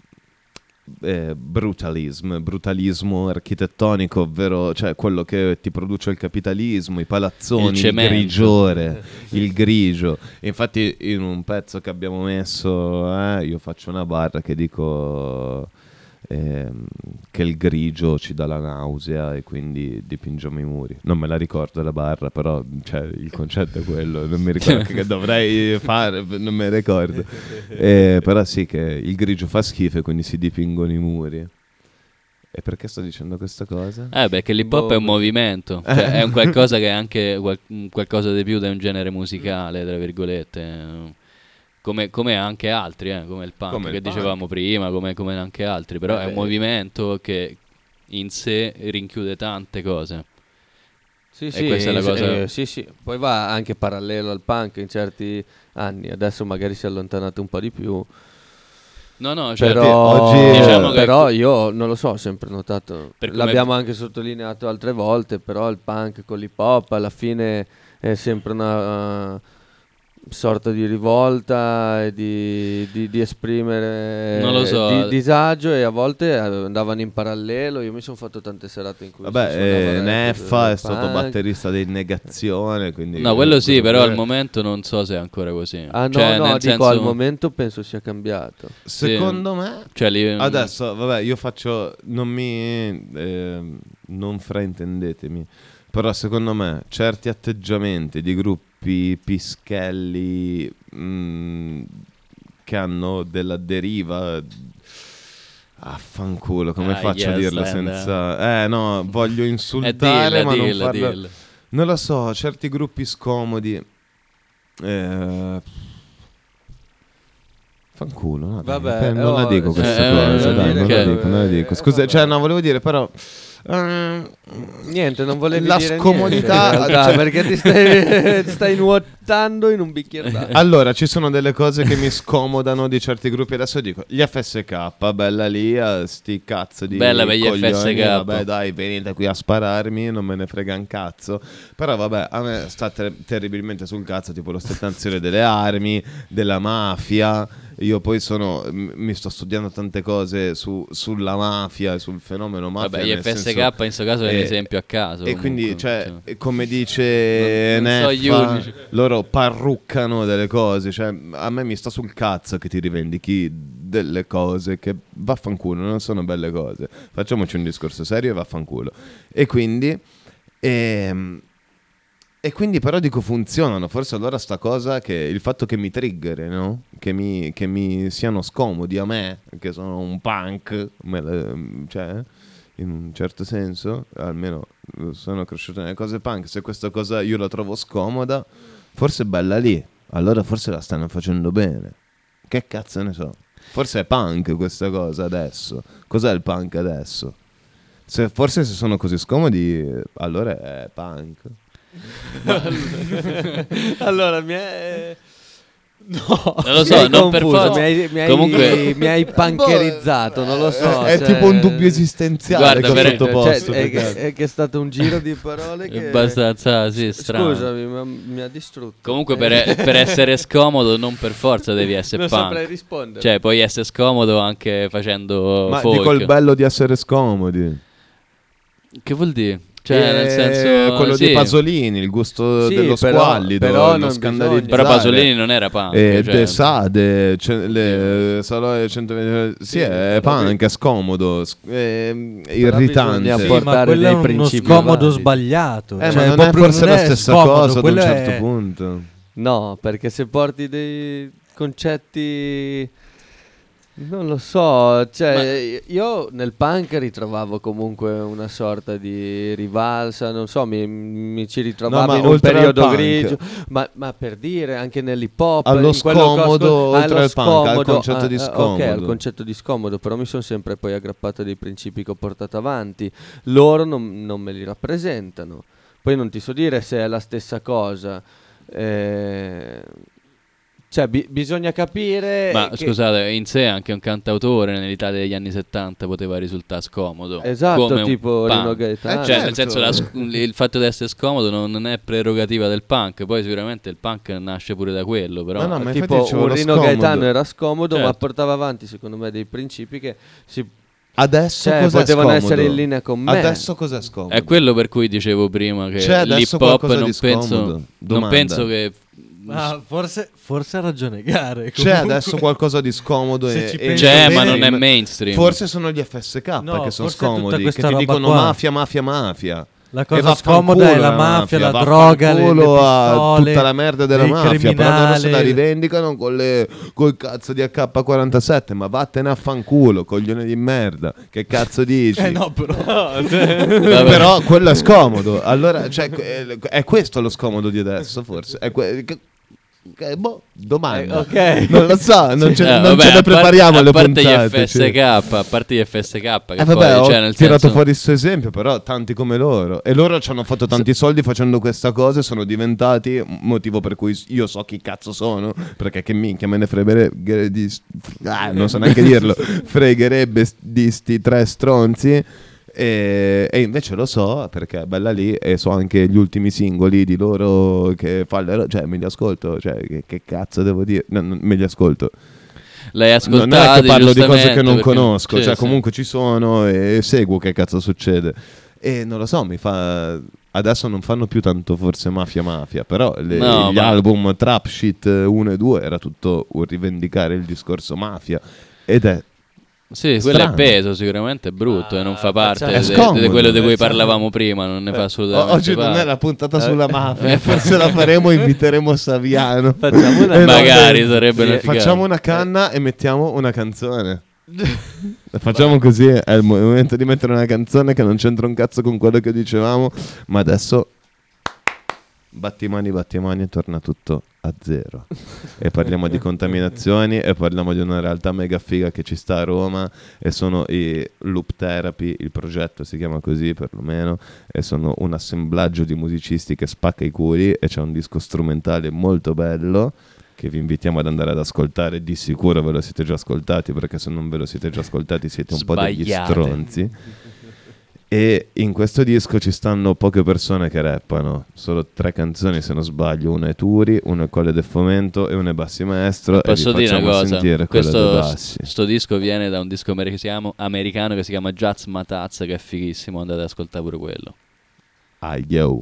eh, brutalism, brutalismo architettonico, ovvero cioè quello che ti produce il capitalismo, i palazzoni, Il il, cemento. grigiore, il grigio. E infatti in un pezzo che abbiamo messo, eh, io faccio una barra che dico ehm, che il grigio ci dà la nausea e quindi dipingiamo i muri. Non me la ricordo la barra, però cioè, il concetto è quello, non mi ricordo che dovrei fare, non me ne ricordo. Eh, però sì che il grigio fa schifo e quindi si dipingono i muri. E perché sto dicendo questa cosa? Eh beh, che l'hip hop Boh, è un movimento, cioè è un qualcosa che è anche qual- un qualcosa di più da un genere musicale, tra virgolette. Come, come anche altri, eh, come il punk Come il che punk. dicevamo prima, come, come anche altri, però Eh è un beh. movimento che in sé rinchiude tante cose. Sì, E sì, questa è la eh, cosa- eh, sì, sì. Poi va anche parallelo al punk in certi anni, adesso magari si è allontanato un po' di più. No, no, cioè, Però, oggi- diciamo che- però io non lo so, ho sempre notato, Per come- l'abbiamo anche sottolineato altre volte, però il punk con l'hip hop alla fine è sempre una uh, sorta di rivolta e di, di- di esprimere Non lo so. di- disagio, e a volte eh, andavano in parallelo. Io mi sono fatto tante serate in cui si Vabbè, suonava eh, rap, Neffa è stato punk. batterista dei Negazione, quindi no, quello sì, cosa però vuoi? al momento non so se è ancora così. Ah no, Cioè, no, nel dico senso, al momento penso sia cambiato. Secondo me cioè, li- adesso, vabbè, io faccio, non mi, ehm, non fraintendetemi, però secondo me certi atteggiamenti di gruppi pischelli mh, che hanno della deriva, affanculo, come Ah, faccio a yes, dirlo and, senza... Eh no, voglio eh, insultare, dilla, ma non dilla, farlo... dilla. Non lo so, certi gruppi scomodi... Eh... Fanculo, no, dai, Vabbè, eh, non la oh, dico questa eh, cosa, eh, dai, non ok. la dico, non la dico. Scusa, cioè no, volevo dire però ehm, Niente, non volevi la dire scomodità, niente, in realtà, cioè- perché ti stai, ti stai nuotando in un bicchiere d'acqua. Allora, ci sono delle cose che mi scomodano di certi gruppi. Adesso dico, gli F S K, bella lì, a sti cazzo di Bella per gli coglioni, F S K. vabbè dai, venite qui a spararmi, non me ne frega un cazzo. Però vabbè, a me sta ter- terribilmente sul cazzo, tipo l'ostentazione delle armi, della mafia. Io poi sono, m- mi sto studiando tante cose su- sulla mafia e sul fenomeno mafia. Vabbè, gli nel F S K senso- in questo caso è un eh, esempio a caso. E quindi, comunque, cioè, come dice Non- non so gli Neffa, unici. loro parruccano delle cose. Cioè, a me mi sta sul cazzo che ti rivendichi delle cose che vaffanculo, non sono belle cose. Facciamoci un discorso serio e vaffanculo. E quindi... ehm, E quindi però dico funzionano, forse allora sta cosa che il fatto che mi trigger, no? Che mi, che mi siano scomodi a me, che sono un punk, me la- cioè in un certo senso, almeno sono cresciuto nelle cose punk, se questa cosa io la trovo scomoda, forse è bella lì, allora forse la stanno facendo bene. Che cazzo ne so? Forse è punk questa cosa adesso. Cos'è il punk adesso? Se, forse se sono così scomodi, allora è punk. Allora, mi è... No, Non lo mi so, hai non per confuso, forza. Mi hai, mi hai, Comunque- mi hai punkerizzato, non lo so. È, è cioè- tipo un dubbio esistenziale Guarda, che ho per- sottoposto. Cioè, è, perché- che, è che è stato un giro di parole che... Abbastanza, sì, strano. Scusami, ma mi ha distrutto. Comunque per, per essere scomodo non per forza devi essere non punk. saprei rispondere. Cioè puoi essere scomodo anche facendo Ma folk. dico il bello di essere scomodi. Che vuol dire? Cioè nel Eh, senso quello sì. di Pasolini, il gusto Sì, dello però- squallido, però lo non scandalizzare. bisogna. Però Pasolini non era punk. E cioè- De Sade, ce- le Saloe centoventi, sì, è però punk, è scomodo, s- è bisogna irritante. Sì, Sì, portare ma quello dei è uno principi scomodo validi. sbagliato. Eh, Cioè, ma non è proprio forse non la è stessa scomodo, cosa ad un quello certo è- punto. No, perché se porti dei concetti... Non lo so, cioè io nel punk ritrovavo comunque una sorta di rivalsa, non so, mi, mi ci ritrovavo No, ma in un oltre al periodo punk- grigio, ma, ma per dire anche nell'hip hop, Allo in quello che ho scomodo, ascol- oltre allo al punk, al scomodo, concetto di ah, ah, scomodo. ok, al concetto di scomodo, però mi sono sempre poi aggrappato a dei principi che ho portato avanti, loro non, non me li rappresentano, poi non ti so dire se è la stessa cosa. Eh, cioè bi- bisogna capire Ma che- scusate, in sé anche un cantautore nell'Italia degli anni settanta poteva risultare scomodo. Esatto, come un tipo punk. Rino Gaetano. Eh, Cioè, certo. nel senso, la sc- il fatto di essere scomodo non, non è prerogativa del punk. Poi, sicuramente, il punk nasce pure da quello. Però, Ma no, ma infatti tipo dicevo un lo Rino scomodo. Gaetano era scomodo, ma Certo. portava avanti secondo me dei principi che si, Adesso cioè, cos'è potevano scomodo? essere in linea con me. Adesso cos'è scomodo? è quello per cui dicevo prima che C'è adesso l'hip hop qualcosa non di scomodo? penso, non Domanda. penso che. Ah, forse, forse ha ragione Gare. C'è comunque. adesso qualcosa di scomodo Se e, ci e pensi C'è, bene, ma non è ma- mainstream. Forse sono gli F S K No, che sono forse è tutta scomodi, che questa ti roba dicono qua. mafia, mafia, mafia. La E cosa vaffanculo scomoda è la mafia, la droga, le, le vaffanculo a pistole, tutta la merda della il mafia, però loro se la criminale. rivendicano con le col cazzo di A K quarantasette, ma vattene a fanculo, coglione di merda. Che cazzo dici? Eh no, però. Vabbè. Però quello è scomodo. Allora, cioè, è, è questo lo scomodo di adesso, forse. È que- che- che- boh, domanda. Eh, ok. Non lo so, non ce, Eh, non vabbè, ce ne a par- prepariamo alle a parte puntate. gli F S K, a parte gli F S K, che Eh poi, vabbè, ho cioè, nel tirato senso, fuori questo esempio, però tanti come loro. E loro ci hanno fatto tanti soldi facendo questa cosa e sono diventati motivo per cui io so chi cazzo sono. Perché che minchia me ne fregherebbe di... Ah, non so neanche dirlo. Fregherebbe di sti tre stronzi. E, e invece lo so perché è bella lì e so anche gli ultimi singoli di loro che fa le ro- cioè me li ascolto, cioè che, che cazzo devo dire, no, non- me li ascolto. l'hai Non è ascoltato che parlo di cose che non perché- conosco, sì, cioè sì. comunque ci sono e seguo che cazzo succede. E non lo so, mi fa... Adesso non fanno più tanto forse mafia mafia, però le- No, gli ma- album Trap Shit uno e due era tutto un rivendicare il discorso mafia. Ed è... Sì, quello è strano. peso, sicuramente è brutto e non fa parte facciamo- de- È scomodo. di quello di cui Eh, parlavamo prima, non ne fa assolutamente Oggi non parte. è la puntata sulla Eh. mafia, forse la faremo, inviteremo Saviano. Facciamo una Eh, no, Magari sì. sarebbe una figata. Facciamo una canna e mettiamo una canzone. Facciamo così, è il momento di mettere una canzone che non c'entra un cazzo con quello che dicevamo, ma adesso batti mani, batti mani e torna tutto a a zero. E parliamo di contaminazioni e parliamo di una realtà mega figa che ci sta a Roma, e sono i Loop Therapy, il progetto si chiama così perlomeno, e sono un assemblaggio di musicisti che spacca i culi, e c'è un disco strumentale molto bello che vi invitiamo ad andare ad ascoltare. Di sicuro ve lo siete già ascoltati, perché se non ve lo siete già ascoltati siete un po' degli Sbagliate. stronzi. E in questo disco ci stanno poche persone che rappano, solo tre canzoni se non sbaglio, una è Turi, una è Colle del Fomento e una è Bassi Maestro. Posso e vi dire una facciamo cosa, sentire quella dei questo Bassi. sto disco viene da un disco americano, americano che si chiama Jazz Mataz, che è fighissimo, andate ad ascoltare pure quello. Ah, yo.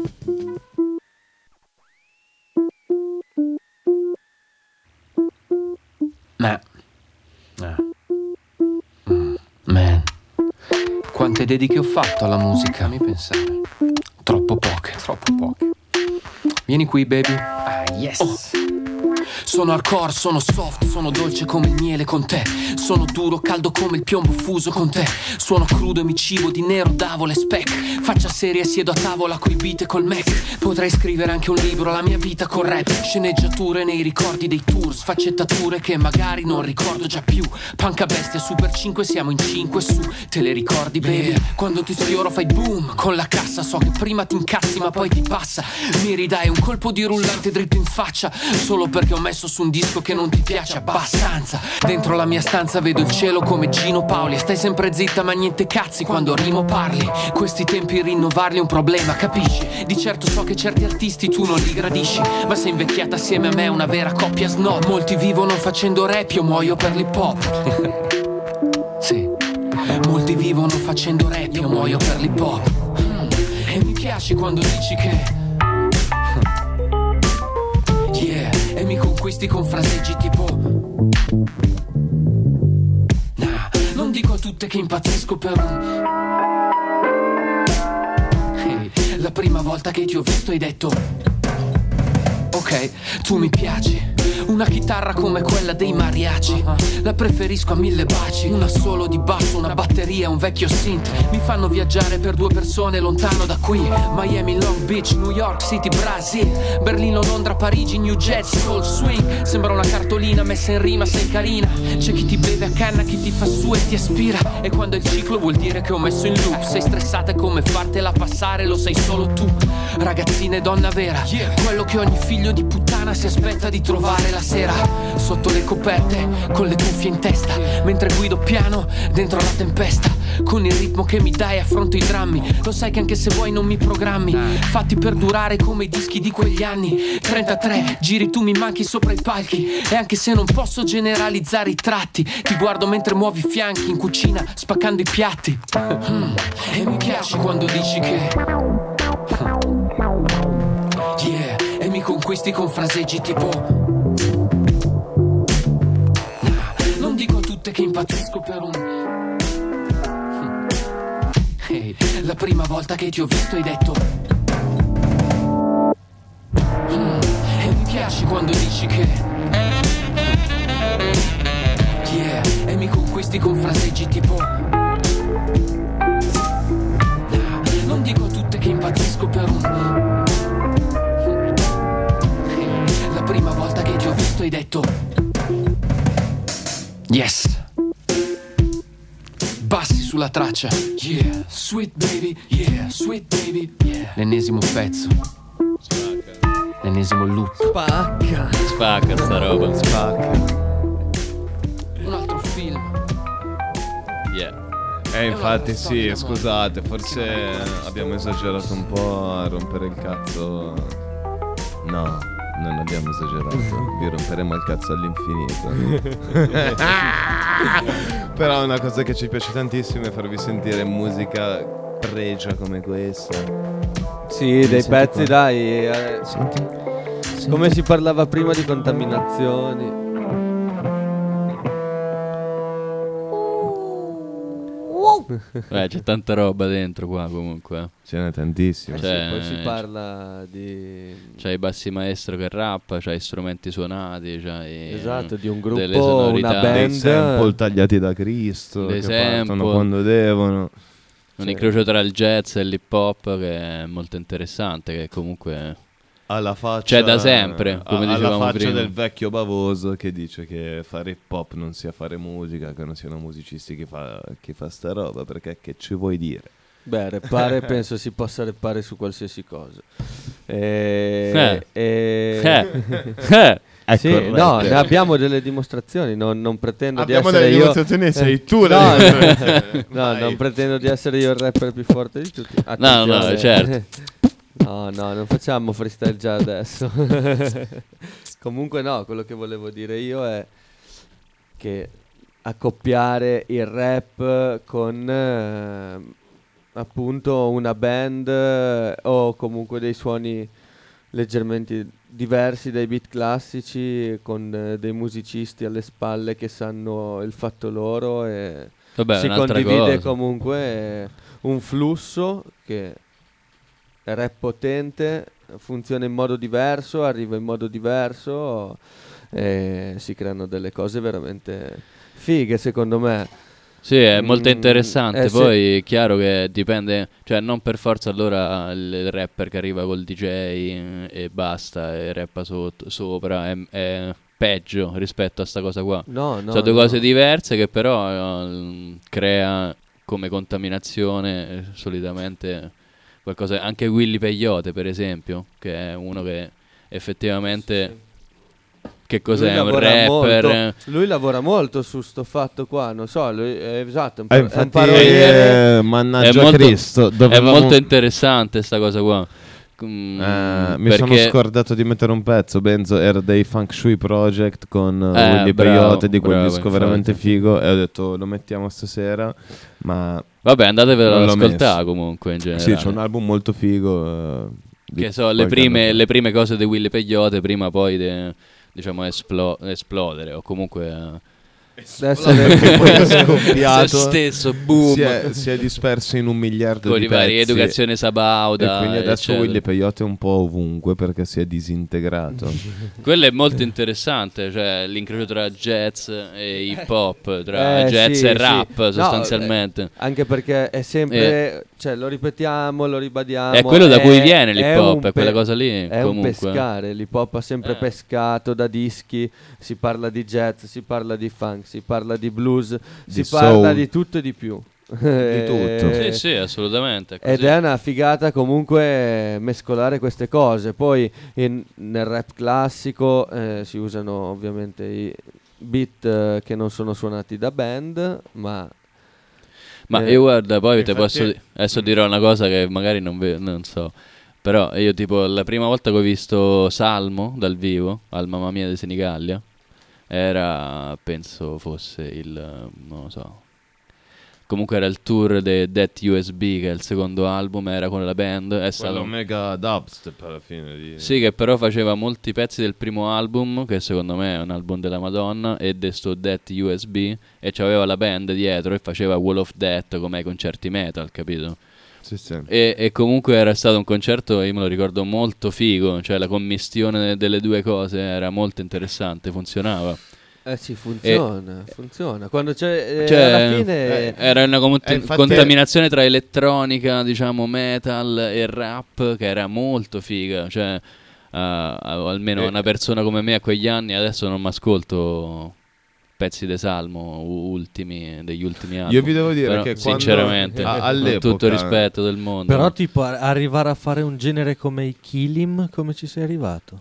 Ma eh. Mm, man, quante dediche ho fatto alla musica? Mi pensare. Troppo poche. Troppo poche. Vieni qui, baby. Ah, yes. Oh. Sono hardcore, sono soft, sono dolce come il miele con te. Sono duro, caldo come il piombo fuso con te. Suono crudo e mi cibo di nero, davole, spec. Faccia seria, siedo a tavola coi beat e col Mac. Potrei scrivere anche un libro, la mia vita con rap. Sceneggiature nei ricordi dei tour, sfaccettature che magari non ricordo già più. Panca bestia, Super cinque, siamo in cinque su. Te le ricordi, baby? Quando ti sfioro fai boom con la cassa. So che prima ti incazzi ma poi ti passa. Mi ridai un colpo di rullante dritto in faccia, solo perché ho messo su un disco che non ti piace abbastanza. Dentro la mia stanza vedo il cielo come Gino Paoli. Stai sempre zitta ma niente cazzi quando rimo parli. Questi tempi rinnovarli è un problema, capisci? Di certo so che certi artisti tu non li gradisci, ma sei invecchiata assieme a me una vera coppia snob. Molti vivono facendo rap, io muoio per l'hip hop. Sì. Molti vivono facendo rap, io muoio per l'hip hop. mm. E mi piace quando dici che yeah, e mi conquisti con fraseggi tipo nah, non dico a tutte che impazzisco per un hey, la prima volta che ti ho visto hai detto ok, tu mi piaci. Una chitarra come quella dei mariachi, la preferisco a mille baci. Una solo di basso, una batteria, un vecchio synth. Mi fanno viaggiare per due persone lontano da qui. Miami, Long Beach, New York City, Brasil, Berlino, Londra, Parigi, New Jazz, Soul Swing. Sembra una cartolina messa in rima, sei carina. C'è chi ti beve a canna, chi ti fa su e ti aspira. E quando è il ciclo vuol dire che ho messo in loop. Sei stressata e come fartela passare lo sai solo tu. Ragazzina e donna vera, quello che ogni figlio di puttana si aspetta di trovare la sera. Sotto le coperte, con le cuffie in testa, mentre guido piano, dentro la tempesta. Con il ritmo che mi dai affronto i drammi. Lo sai che anche se vuoi non mi programmi, fatti per durare come i dischi di quegli anni. Trentatré, giri tu mi manchi sopra i palchi. E anche se non posso generalizzare i tratti, ti guardo mentre muovi i fianchi in cucina, spaccando i piatti. mm. E mi piaci quando dici che yeah, e mi conquisti con fraseggi tipo nah, non dico a tutte che impazzisco per un hey, la prima volta che ti ho visto hai detto mm, e mi piaci quando dici che yeah, e mi conquisti con fraseggi tipo nah, non dico a tutte che impazzisco per un la prima volta che ti ho visto hai detto yes. Bassi sulla traccia, yeah, sweet baby, yeah, sweet baby, yeah. L'ennesimo pezzo, l'ennesimo loop. Spacca. Spacca sta roba. Spacca. Un altro film. Yeah. Eh infatti sì, scusate, forse abbiamo esagerato un po' a rompere il cazzo. No, non abbiamo esagerato, vi romperemo il cazzo all'infinito. Però una cosa che ci piace tantissimo è farvi sentire musica pregia come questa. Sì, dei senti pezzi qua? dai eh, Senti? Senti? come si parlava prima di contaminazioni. Beh, c'è tanta roba dentro qua comunque. Ce n'è tantissimo. Cioè, Poi si parla di C'hai i bassi maestro che rappa, c'hai strumenti suonati, c'hai esatto, di un delle gruppo, sonorità. una Dei band. sample tagliati da Cristo Dei che partono sample. quando devono. un incrocio tra il jazz e l'hip hop che è molto interessante, che comunque alla faccia, Cioè, da sempre, come alla dicevamo faccia prima. del vecchio bavoso che dice che fare hip hop non sia fare musica, che non siano musicisti chi fa, chi fa sta roba, perché che ci vuoi dire? Beh, rappare penso si possa rappare su qualsiasi cosa. E, Eh. e- Eh. Eh. È Sì, corretto. no, ne abbiamo delle dimostrazioni, non, non pretendo Abbiamo di essere delle io. dimostrazioni e sei Eh, tu la no, dimostrazione. no, Vai. non pretendo di essere io il rapper più forte di tutti. No, no, Attenzione. certo. No, no, non facciamo freestyle già adesso. Comunque no, quello che volevo dire io è che accoppiare il rap con eh, appunto una band eh, o comunque dei suoni leggermente diversi dai beat classici con eh, dei musicisti alle spalle che sanno il fatto loro e Vabbè, si un'altra condivide cosa. comunque eh, un flusso che è rap potente, funziona in modo diverso, arriva in modo diverso e si creano delle cose veramente fighe secondo me. Sì, è molto Mm, interessante. eh, sì. Poi è chiaro che dipende, cioè non per forza allora il rapper che arriva col D J eh, e basta e rappa sotto, sopra è, è peggio rispetto a sta cosa qua. No, no, Sono due no. cose diverse che però eh, crea come contaminazione eh, solitamente qualcosa. Anche Willy Peyote per esempio, che è uno che effettivamente... Che cos'è? Lui Un lavora rapper? molto, lui lavora molto su sto fatto qua, non so, lui, è, esatto, è un, Eh, par- è un infatti, paroliere. eh, mannaggia È molto- Cristo, È dovevamo- molto interessante sta cosa qua. Mm, Eh, mi perché- sono scordato di mettere un pezzo, Benzo, era dei Funk Shui Project con uh, Eh, Willy bravo, Peyote di quel bravo, disco infatti. veramente figo e ho detto lo mettiamo stasera, ma Vabbè, andatevelo Non ad l'ho ascoltare messo. comunque in generale. sì, c'è un album molto figo. eh, di Che so, le qualche prime, anno fa. le prime cose di Willy Peyote prima poi de- diciamo esplo- esplodere o comunque eh, Adesso le- Poi è se scoppiato, stesso boom si è, si è disperso in un miliardo con di i vari pezzi. Educazione Sabauda E quindi adesso eccetera. Willy Peyote è un po' ovunque perché si è disintegrato. Quello è molto interessante, cioè l'incrocio tra jazz e hip hop, tra Eh, jazz sì, e sì. rap No, sostanzialmente. eh, anche perché è sempre, cioè lo ripetiamo, lo ribadiamo. È quello da cui viene l'hip è hop, un è quella pe- cosa lì, È comunque. un pescare, l'hip hop ha sempre Eh. pescato da dischi, si parla di jazz, si parla di funk, si parla di blues, si Di parla soul. di tutto e di più. Di tutto. Eh, Sì, sì, assolutamente. è Ed così. è una figata comunque mescolare queste cose. Poi in- nel rap classico eh, si usano ovviamente i beat eh, che non sono suonati da band, ma Ma eh, io guarda, poi te infatti- posso di- adesso dirò una cosa che magari non, ve- non so. Però io tipo la prima volta che ho visto Salmo dal vivo al Mamma Mia di Senigallia era, penso fosse il, eh, non lo so. Comunque era il tour di Death U S B, che è il secondo album, era con la band, è stato Quello mega dubstep alla fine di... Sì, che però faceva molti pezzi del primo album, che secondo me è un album della Madonna, e di sto Death U S B, e c'aveva la band dietro e faceva Wall of Death come ai concerti metal, capito? Sì, sì. E, e comunque era stato un concerto, io me lo ricordo, molto figo, cioè la commistione delle due cose era molto interessante, funzionava. eh sì, funziona, funziona. Quando c'è eh, Cioè, alla fine eh, Era una com- Eh, infatti- contaminazione tra elettronica, diciamo metal e rap che era molto figa, cioè uh, almeno Eh. una persona come me a quegli anni adesso non mi ascolto pezzi di Salmo u- ultimi degli ultimi anni. Io vi devo dire Però, che quando- sinceramente, a- con all'epoca- tutto il rispetto del mondo. Però tipo a- arrivare a fare un genere come i Killim, come ci sei arrivato?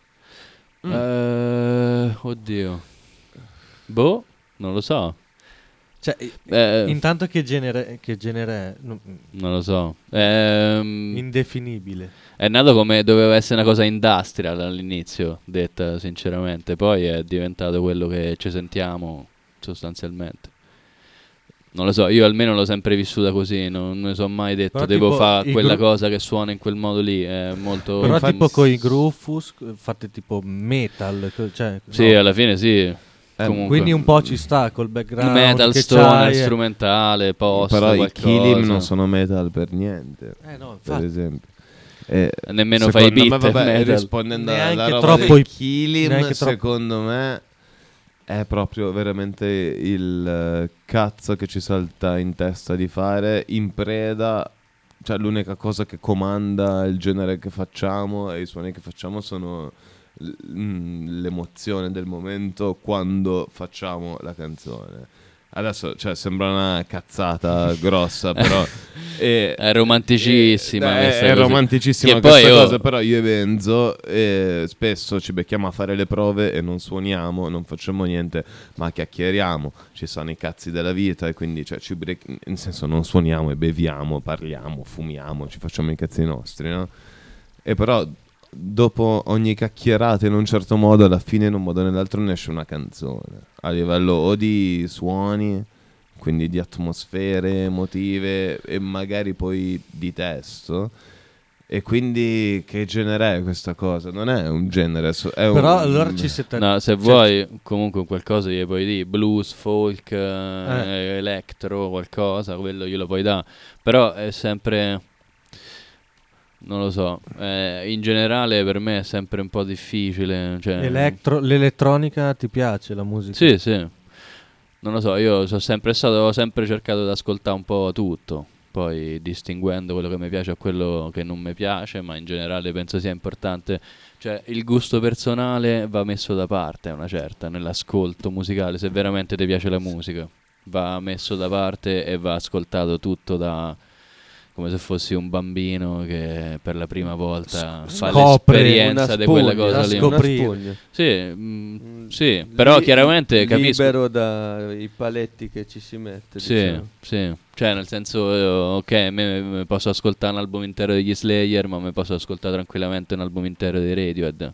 Eh, oddio. Boh, non lo so. Cioè, Eh, intanto che genere, che genere è? No, non lo so. Ehm, indefinibile. È nato come doveva essere una cosa industrial all'inizio, detta sinceramente, poi è diventato quello che ci sentiamo sostanzialmente. Non lo so, io almeno l'ho sempre vissuta così, non mi sono mai detto Però devo tipo fare i quella gru- cosa che suona in quel modo lì, è molto... Però infatti- tipo con i Grufus eh, fate tipo metal, co- cioè, Sì, no. alla fine sì, comunque. Quindi un po' ci sta col background Metal, che stoner, c'hai, eh. strumentale, post, Però i qualcosa. Killim non sono metal per niente, Eh no, per infatti. esempio. E Nemmeno fai i secondo beat me, vabbè, metal. rispondendo alla Neanche roba troppo dei i- Killim, neanche troppo- secondo me è proprio veramente il eh, cazzo che ci salta in testa di fare in preda cioè l'unica cosa che comanda il genere che facciamo e i suoni che facciamo sono l- mm, l'emozione del momento quando facciamo la canzone. Adesso, cioè, sembra una cazzata grossa, però è, È romanticissima è, questa è cosa. romanticissima Che questa poi, oh, cosa, però io e Benzo eh, spesso ci becchiamo a fare le prove e non suoniamo, non facciamo niente, ma chiacchieriamo, ci sono i cazzi della vita e quindi, cioè, ci bre- nel senso non suoniamo e beviamo, parliamo, fumiamo, ci facciamo i cazzi nostri, no? E però dopo ogni chiacchierata in un certo modo, alla fine in un modo o nell'altro ne esce una canzone a livello o di suoni, quindi di atmosfere emotive e magari poi di testo. E quindi che genere è questa cosa? Non è un genere, so- è Però un... allora ci siete... No, se cioè, vuoi comunque qualcosa gli puoi dire, blues, folk, eh, electro, qualcosa, quello glielo puoi dare. Però è sempre, non lo so, eh, in generale per me è sempre un po' difficile. Cioè, Elettro- l'elettronica ti piace, la musica? sì, sì. Non lo so, io sono sempre stato, ho sempre cercato di ascoltare un po' tutto, poi distinguendo quello che mi piace a quello che non mi piace, ma in generale penso sia importante, cioè il gusto personale va messo da parte una certa nell'ascolto musicale, se veramente ti piace la musica, va messo da parte e va ascoltato tutto da come se fossi un bambino che per la prima volta fa Scopre l'esperienza una di quella spugna, cosa la lì. scoprire. Una spugna. Sì, mm, sì, però Li- chiaramente capisco. libero dai paletti che ci si mette, Sì, diciamo. sì, cioè nel senso, eh, ok, me, me posso ascoltare un album intero degli Slayer, ma mi posso ascoltare tranquillamente un album intero dei Radiohead.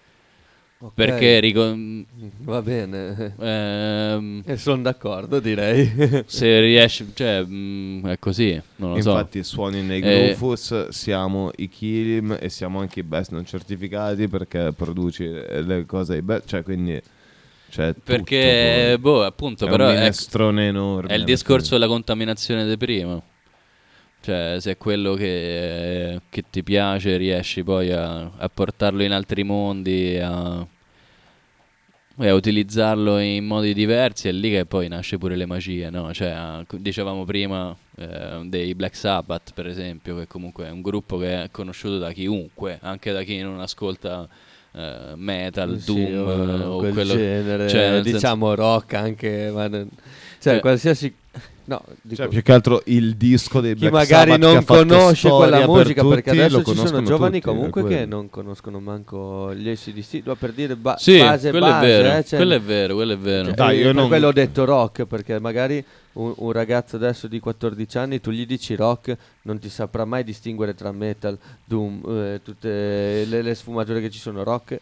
Ok, Perché ricon- va bene. ehm, E sono d'accordo, direi. se riesci, cioè, mm, è così, non lo so. Infatti suoni nei Eh, Grufus, siamo i Kilim e siamo anche i best non certificati perché produci le cose ai best, cioè quindi c'è tutto Perché, poi. boh, appunto, È però un è, minestrone enorme. è il alla discorso fine. della contaminazione di prima. Cioè, se è quello che, che ti piace, riesci poi a, a portarlo in altri mondi, a, e a utilizzarlo in modi diversi, è lì che poi nasce pure le magie, no? Cioè, a- dicevamo prima eh, dei Black Sabbath, per esempio, che comunque è un gruppo che è conosciuto da chiunque, anche da chi non ascolta eh, metal, Sì, doom o o quel quello, genere, cioè, nel diciamo rock anche, ma non- cioè Cioè- qualsiasi, no, dico, Cioè, più che altro il disco dei chi Black magari Sabbath che non ha fatto conosce quella storia per musica, perché tutti, adesso lo ci sono conoscono giovani tutti, è comunque che quello. non conoscono manco gli A C D C, no, per dire ba- Sì, base quello base, è vero, eh, cioè- quello è vero, quello è vero. cioè, Dai, eh, io per non- quello ho detto rock, perché magari un, un ragazzo adesso di quattordici anni, tu gli dici rock, non ti saprà mai distinguere tra metal, doom, eh, tutte le, le sfumature che ci sono rock.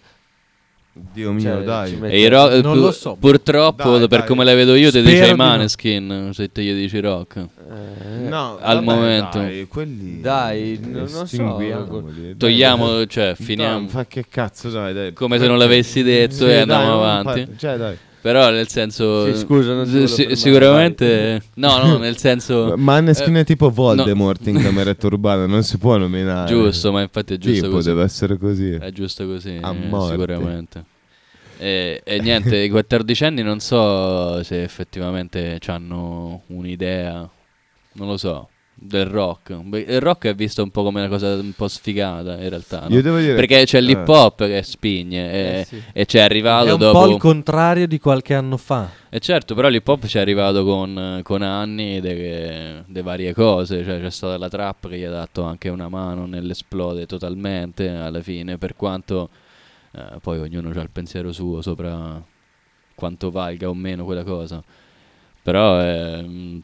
Dio mio, Cioè, dai. ci mette- E i ro- Non pu- lo so. Purtroppo, Dai, per dai. come la vedo io, ti Spero dice i di no. Maneskin se te gli dici rock. Eh, No, al vabbè, momento. dai, quelli Dai, non lo so. estinguiamoli, dai. Togliamo, cioè, No, finiamo. fa che cazzo, dai, dai. Come se non l'avessi detto Sì, e dai, andiamo non avanti. fa- Cioè, dai. Però nel senso, Sì, scusa, non ti s- volevo si- fermare, sicuramente, no, no, nel senso, Maneskin eh, è tipo Voldemort in cameretta urbana, non si può nominare. giusto, ma infatti è giusto Tipo, così. deve essere così. È giusto così, A eh, morte. sicuramente. E, e niente, i quattordicenni non so se effettivamente hanno un'idea, non lo so, del rock. Beh, il rock è visto un po' come una cosa un po' sfigata in realtà, no? Io devo dire Perché c'è eh. l'hip hop che spigne e, Eh, sì. e c'è arrivato È un dopo. po' il contrario di qualche anno fa. E certo, però l'hip hop ci è arrivato con, con anni di varie cose, cioè c'è stata la trap che gli ha dato anche una mano nell'esplode totalmente alla fine, per quanto eh, poi ognuno ha il pensiero suo sopra quanto valga o meno quella cosa. Però ehm,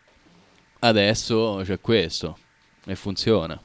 adesso c'è questo e funziona.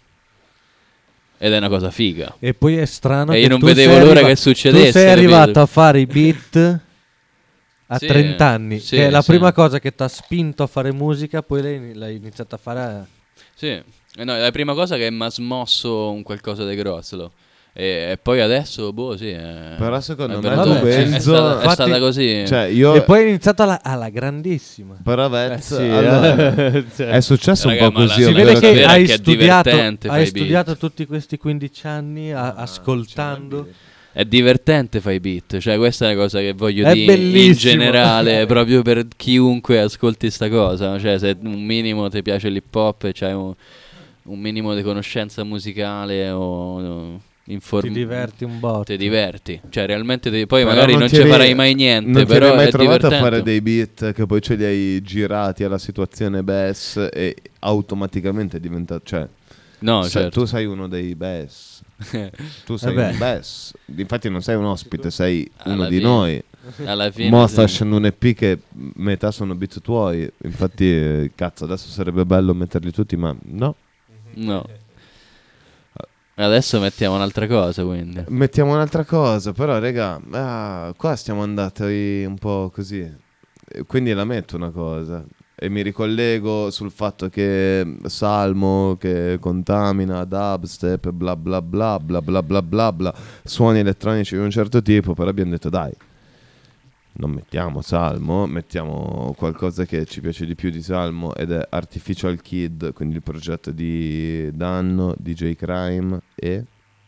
Ed è una cosa figa. E poi è strano E che io non tu vedevo sei l'ora arriva- che succedesse, Tu sei capito? arrivato a fare i beat a Sì, trenta anni, sì, che è la sì. prima cosa che ti ha spinto a fare musica, poi l'hai, l'hai iniziato a fare a- Sì, eh no, è la prima cosa che mi ha smosso un qualcosa di grosso. E, e poi adesso, boh, sì. È, Però secondo è me venuto- tu, è- è, Benzo- stata, è Infatti- stata così. Cioè, io E poi è iniziato alla, alla grandissima. però Vez, Eh sì, allora, eh. Cioè, è successo Raga, un po' ma la- così. Si Si vede ovvero vede che vera hai che è studiato, divertente fare hai i beat. studiato tutti questi quindici anni a- ascoltando. È divertente fare i beat. Cioè, questa è una cosa che voglio È dire in bellissimo. generale, proprio per chiunque ascolti sta cosa. Cioè, se un minimo ti piace l'hip hop e c'hai un, un minimo di conoscenza musicale o, o inform- Ti diverti un botto. Ti diverti, cioè realmente ti- poi Però magari non ti ci eri- farai mai niente, non ti però eri mai è trovato a divertente. fare dei beat che poi ce li hai girati alla situazione bass e automaticamente è diventato, cioè No, se- certo. tu sei uno dei bass, tu sei Vabbè. un bass, infatti non sei un ospite, sei Alla uno di fine. noi. Alla fine Mo sì. sta uscendo un E P che metà sono beat tuoi, infatti eh, cazzo adesso sarebbe bello metterli tutti, ma no. No. Adesso mettiamo un'altra cosa, quindi. Mettiamo un'altra cosa, però raga, ah, qua stiamo andati un po' così. Eh, Quindi la metto una cosa e mi ricollego sul fatto che Salmo che contamina dubstep, bla bla bla bla bla bla bla bla, suoni elettronici di un certo tipo, però abbiamo detto dai, non mettiamo Salmo, mettiamo qualcosa che ci piace di più di Salmo ed è Artificial Kid, quindi il progetto di Danno, D J Crime e...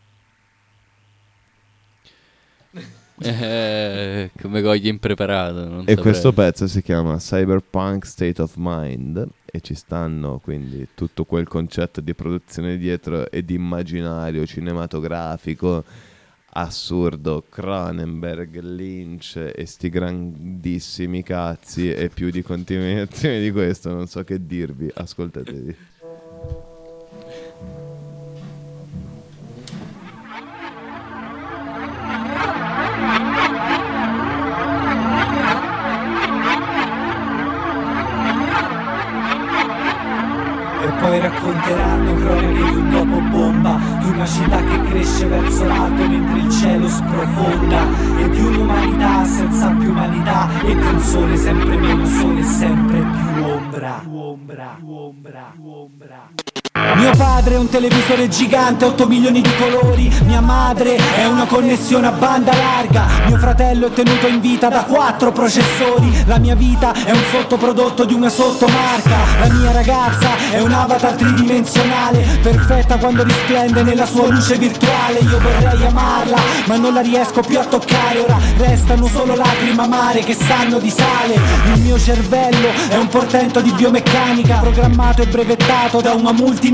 Eh, come cogli impreparato. Non E saprei. questo pezzo si chiama Cyberpunk State of Mind e ci stanno quindi tutto quel concetto di produzione dietro e di immaginario cinematografico assurdo, Cronenberg, Lynch e sti grandissimi cazzi e più di continuazione di questo non so che dirvi, ascoltatevi. E poi racconteranno cronache di un dopo bomba, di una città che cresce verso l'alto mentre il cielo sprofonda, e di un'umanità senza più umanità, e di un sole sempre meno sole e sempre più ombra. Più ombra, più ombra, più ombra. Mio padre è un televisore gigante, otto milioni di colori. Mia madre è una connessione a banda larga. Mio fratello è tenuto in vita da quattro processori. La mia vita è un sottoprodotto di una sottomarca. La mia ragazza è un avatar tridimensionale, perfetta quando risplende nella sua luce virtuale. Io vorrei amarla, ma non la riesco più a toccare. Ora restano solo lacrime amare che sanno di sale. Il mio cervello è un portento di biomeccanica, programmato e brevettato da una multinazionale.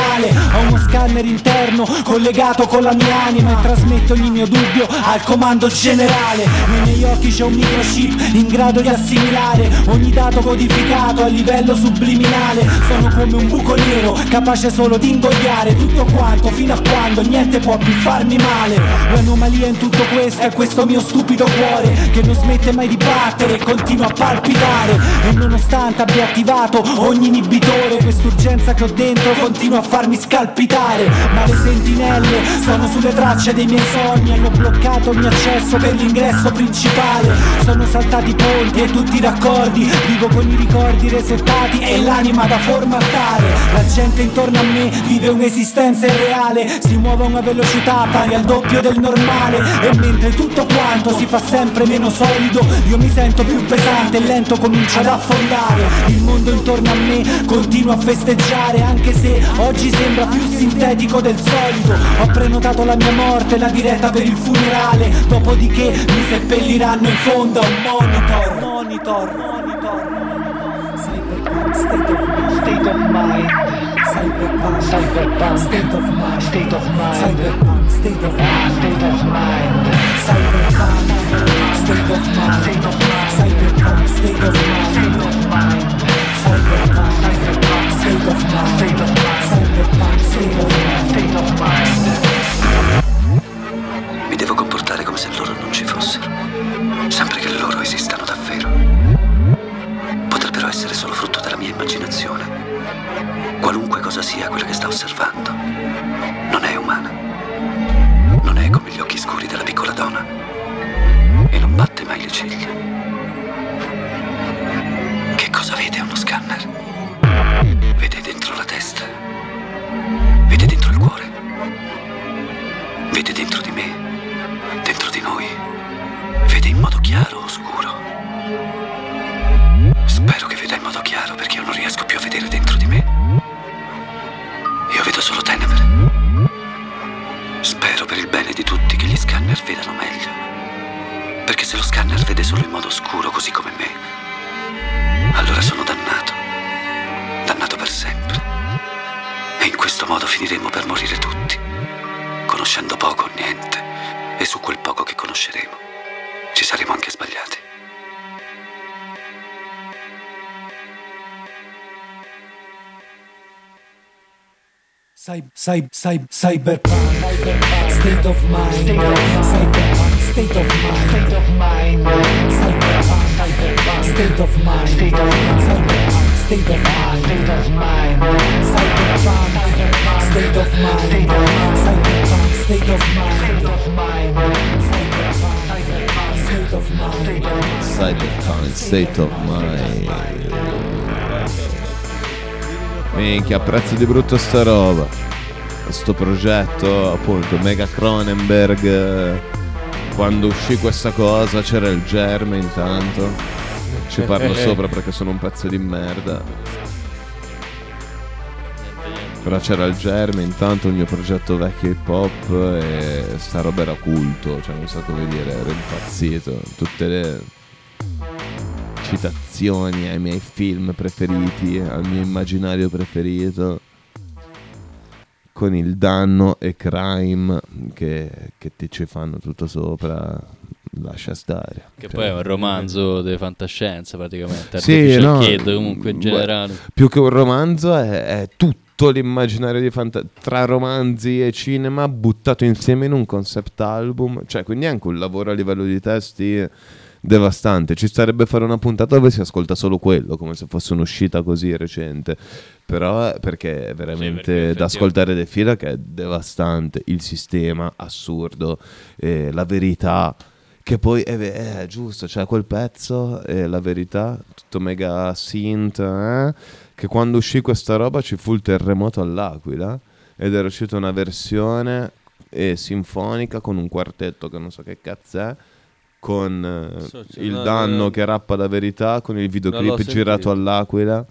Ho uno scanner interno collegato con la mia anima e trasmetto ogni mio dubbio al comando generale. Nei miei occhi c'è un microchip in grado di assimilare ogni dato codificato a livello subliminale. Sono come un buco nero capace solo di ingoiare tutto quanto, fino a quando niente può più farmi male. L'anomalia in tutto questo è questo mio stupido cuore che non smette mai di battere e continua a palpitare. E nonostante abbia attivato ogni inibitore, quest'urgenza che ho dentro continua a farmi scalpitare. Ma le sentinelle sono sulle tracce dei miei sogni, hanno bloccato ogni accesso per l'ingresso principale. Sono saltati i ponti e tutti i raccordi, vivo con i ricordi resettati e l'anima da formattare. La gente intorno a me vive un'esistenza irreale, si muove a una velocità pari al doppio del normale. E mentre tutto quanto si fa sempre meno solido, io mi sento più pesante e lento comincia ad affondare. Il mondo intorno a me continua a festeggiare, anche se oggi sembra più sintetico del solito. Ho prenotato la mia morte, la diretta per il funerale, dopodiché mi seppelliranno in fondo a un monitor. Monitor, monitor. Cyberpunk, state of mind. State of mind. Cyberpunk, cyberpunk, state of mind. State of mind. Cyberpunk, state of mind. State of mind. Cyberpunk, state of mind. State of mind. Cyberpunk, state of mind. State of mind. Cyberpunk, cyberpunk, state of mind. State of mind. Cyberpunk, state of mind. State of mind. Mi devo comportare come se loro non ci fossero, sempre che loro esistano davvero. Potrebbero essere solo frutto della mia immaginazione. Qualunque cosa sia quella che sta osservando, non è umana. Non è come gli occhi scuri della piccola donna e non batte mai le ciglia. Che cosa vede uno scanner? Vede dentro la testa, vede dentro il cuore, vede dentro di me, dentro di noi, vede in modo chiaro o scuro. Spero che veda in modo chiaro, perché io non riesco più a vedere dentro di me. Io vedo solo tenebre. Spero per il bene di tutti che gli scanner vedano meglio, perché se lo scanner vede solo in modo scuro così come me, allora sono dannato, dannato per sempre. E in questo modo finiremo per morire tutti, conoscendo poco o niente, e su quel poco che conosceremo ci saremo anche sbagliati. Cy- cy- cy- cyberpunk, state of mind, cyberpunk, state of mind, cyberpunk, state of mind, cyberpunk, state of mind, cyberpunk, state of mind, cyberpunk, state of mind, cyberpunk, state of mind, Cyberpunk State of Mind. Minchia, apprezzo di brutto sta roba. Questo progetto, appunto, Mega Cronenberg. eh, Quando uscì questa cosa c'era il germe intanto. Ci parlo sopra perché sono un pezzo di merda. Però c'era il germe intanto, il mio progetto vecchio hip hop. E sta roba era culto. Cioè non so come dire, ero impazzito. Tutte le citazioni ai miei film preferiti, al mio immaginario preferito, con il danno e crime che, che ti ci fanno tutto sopra, lascia stare. Che Cioè, poi è un romanzo di fantascienza praticamente, Sì, Artificial no, Kid comunque in beh, generale. più che un romanzo è, è tutto l'immaginario di fantascienza, tra romanzi e cinema buttato insieme in un concept album, cioè quindi anche un lavoro a livello di testi devastante. Ci starebbe fare una puntata dove si ascolta solo quello, come se fosse un'uscita così recente, però perché è veramente Sì, perché da ascoltare de fila, che è devastante. Il sistema assurdo, eh, la verità, che poi è, è giusto, cioè quel pezzo è la verità, tutto mega synth, eh? Che quando uscì questa roba ci fu il terremoto all'Aquila ed era uscita una versione eh, sinfonica con un quartetto che non so che cazzo è, con eh, So, c'è il una- danno che rappa la verità, con il Non videoclip l'ho girato sentito. all'Aquila,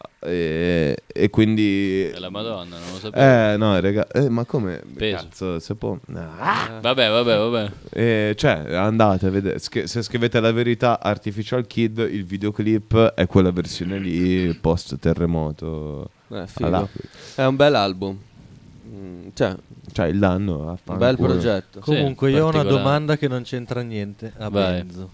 e, e quindi È la Madonna, non lo sapevo. eh no raga, eh, ma come Peso. cazzo se può ah! Vabbè, vabbè, vabbè. Eh, cioè andate a vedere, Sch- se scrivete la verità Artificial Kid, il videoclip è quella versione lì post terremoto Eh, figo. all'Aquila. È un bel album. Mm, cioè, Cioè il danno a un bel progetto. Comunque io ho una particolare. domanda che non c'entra niente a Vai. Benzo.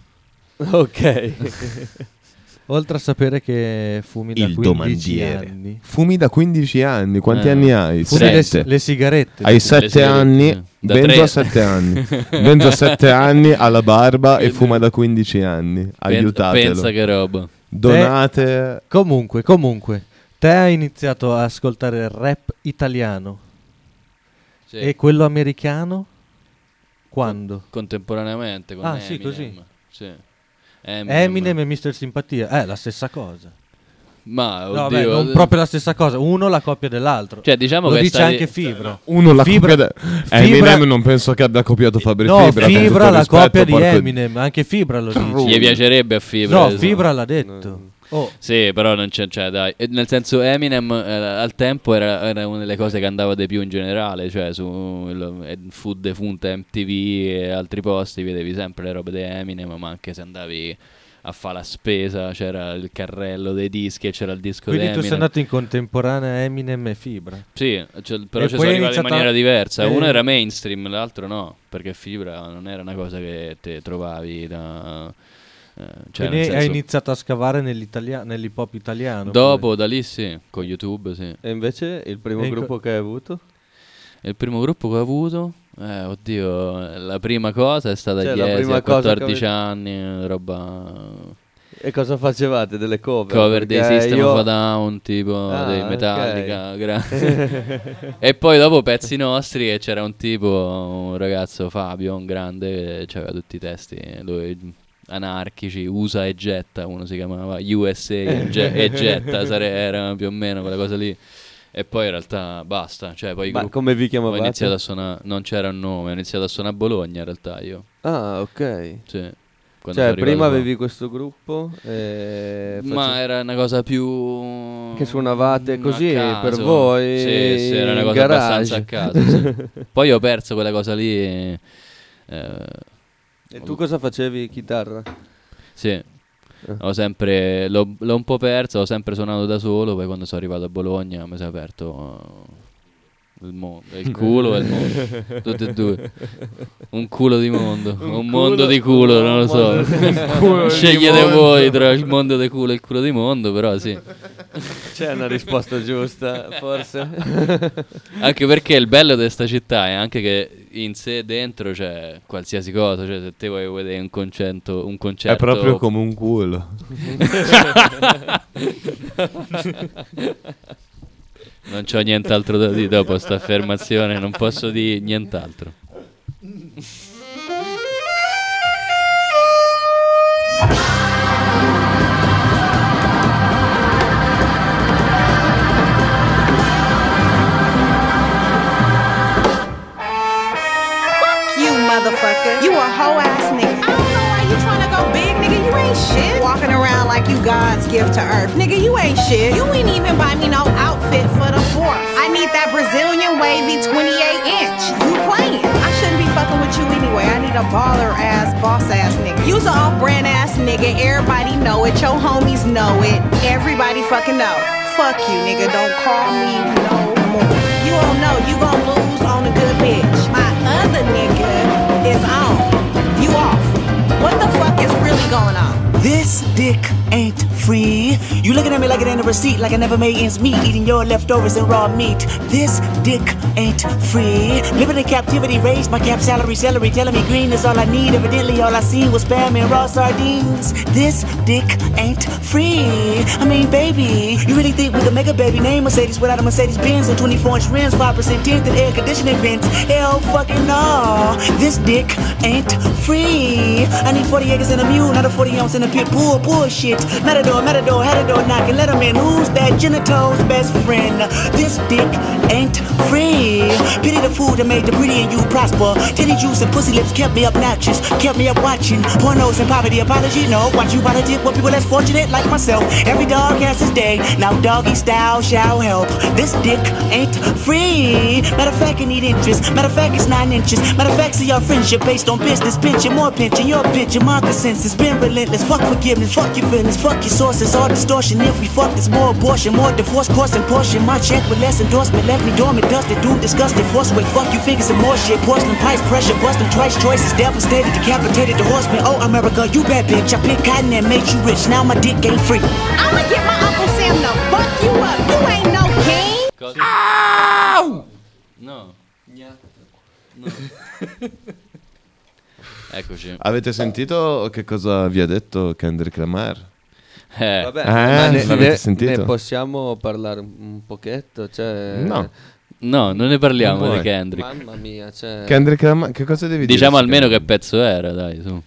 Ok. Oltre a sapere che fumi da Il quindici domandiere. anni, Fumi da quindici anni, quanti Eh. anni hai? fumi le, Sette. le sigarette. Hai sette sigarette, anni, sì. Da Benzo tre. ha sette anni. Benzo ha sette anni, ha la barba e fuma da quindici anni. Pen- Aiutatelo. pensa che roba. Donate. Comunque, comunque, te hai iniziato a ascoltare il rap italiano Sì. e quello americano quando? Contemporaneamente con Ah, Eminem. sì, così. Sì. Eminem e mister Simpatia, è la stessa cosa. Ma No, oddio, beh, non proprio la stessa cosa, uno la copia dell'altro. Cioè, diciamo Lo che dice stati- anche Fibra. Uno la Fibra- copia de- Fibra- Eminem non penso che abbia copiato Fabri No, Fibra. con tutto Fibra il la rispetto, copia di porco- Eminem, anche Fibra lo dice. Gli piacerebbe a Fibra. No, esatto. Fibra l'ha detto. Oh, Sì, però non c'è, cioè, dai. E nel senso, Eminem eh, al tempo era, era una delle cose che andava di più in generale. Cioè, su il, eh, fu defunta M T V e altri posti, vedevi sempre le robe di Eminem. Ma anche se andavi a fare la spesa, c'era il carrello dei dischi e c'era il disco di quindi tu Eminem. sei andato in contemporanea Eminem e Fibra. Sì, cioè, però E ci poi sono hai arrivati in iniziato maniera a- diversa. eh. Uno era mainstream, l'altro no. Perché Fibra non era una cosa che te trovavi da. eh, cioè, Quindi nel hai senso, iniziato a scavare nell'italia- nell'hip hop italiano. dopo, poi. da lì sì, con YouTube sì. E invece il primo E in co- gruppo che hai avuto? E il primo gruppo che ho avuto, eh, oddio, la prima cosa è stata Cioè, la Iesi prima a cosa che quattordici avete- anni, roba E cosa facevate? Delle cover? cover dei Perché System io- of a Down, tipo Ah, dei ok. Metallica, gra- e poi dopo pezzi nostri e c'era un tipo, un ragazzo Fabio, un grande, che aveva tutti i testi dove anarchici, usa e getta, uno si chiamava U S A e, ge- e getta, sare- era più o meno quella cosa lì. E poi in realtà basta, cioè poi i Ma gruppi- come vi ho chiamavate? iniziato a suonare, non c'era un nome, ho iniziato a suonare a Bologna in realtà io. Ah, ok. Sì. Quando Cioè, sono arrivato prima qua. avevi questo gruppo e Ma face- era una cosa più che suonavate a così per caso. voi Sì, sì, era una in cosa abbastanza a garage. caso. Sì. Poi ho perso quella cosa lì. E, eh, E tu cosa facevi? Chitarra? sì. Ho sempre l'ho, l'ho un po' perso, ho sempre suonato da solo, poi quando sono arrivato a Bologna mi si è aperto Il mondo, il culo e il mondo, tutte e due. Un culo di mondo, un, un mondo di culo, non lo so. Scegliete voi tra il mondo di culo e il culo di mondo, però sì. C'è una risposta giusta, forse. Anche perché il bello di questa città è anche che in sé dentro c'è qualsiasi cosa, cioè se te vuoi vedere un concerto, un concerto È proprio come un culo. Non c'ho nient'altro da dire dopo sta affermazione, non posso dire nient'altro. You motherfucker. You a hoe ass nigga. I don't know why you tryna go big, nigga. You ain't shit. Walking around like you God's gift to earth. Nigga, you ain't shit. You ain't even buy me no outfit for the fourth. I need that Brazilian wavy twenty-eight inch. You playing. I shouldn't be fucking with you anyway. I need a baller ass, boss ass nigga. You's a off brand ass nigga. Everybody know it. Your homies know it. Everybody fucking know. Fuck you, nigga. Don't call me no more. You don't know. You gon' lose on a good bitch. My other nigga is on. You off. What the fuck is really going on? This dick ain't free. You looking at me like it ain't a receipt, like I never made ends meet, eating your leftovers and raw meat. This dick ain't free. Living in captivity, raised my cap salary, celery, telling me green is all I need. Evidently all I seen was spam and raw sardines. This dick ain't free. I mean, baby, you really think we could make a baby name Mercedes without a Mercedes Benz and twenty-four inch rims, five percent tint and air conditioning vents? Hell fucking no. This dick ain't free. I need forty acres and a mule, not a forty ounce in a pit bull. Bullshit. Matador, matador, had a door knocking, let him in. Who's that genitals best friend? This dick ain't free. Pity the food that made the pretty and you prosper. Titty juice and pussy lips kept me obnoxious, kept me up watching pornos and poverty. Apology, no. Watch you politic with people less fortunate like myself. Every dog has his day. Now doggy style shall help. This dick ain't free. Matter of fact, I need interest. Matter of fact, it's nine inches. Matter of fact, see your friendship based on business. Pinching, more pinching, your bitch, my consensus. Been relentless. Fuck forgiveness, fuck your feelings, fuck your sources. All distortion. If we fuck, there's more abortion, more divorce, course and portion. My check with less endorsement left me dormant, dusted, doomed, disgusted. Force away, fuck you, fingers and more shit. Porcelain pipes, pressure, busting twice, choices devastated, decapitated the horseman. Oh, America, you bad bitch. I picked cotton and made you rich. Now my dick ain't free. I'ma get my Uncle Sam to fuck you up. You ain't no king. Ow! No. No. Eccoci. Avete sentito che cosa vi ha detto Kendrick Lamar? Eh, Vabbè, Eh, ma ne, l'avete ne- sentito? ne possiamo parlare un, un pochetto? Cioè, No. No, non ne parliamo Non di vuoi? Kendrick. Mamma mia, cioè... Kendrick Lamar, che cosa devi dire? Diciamo su almeno che Kendrick? pezzo era, dai, su.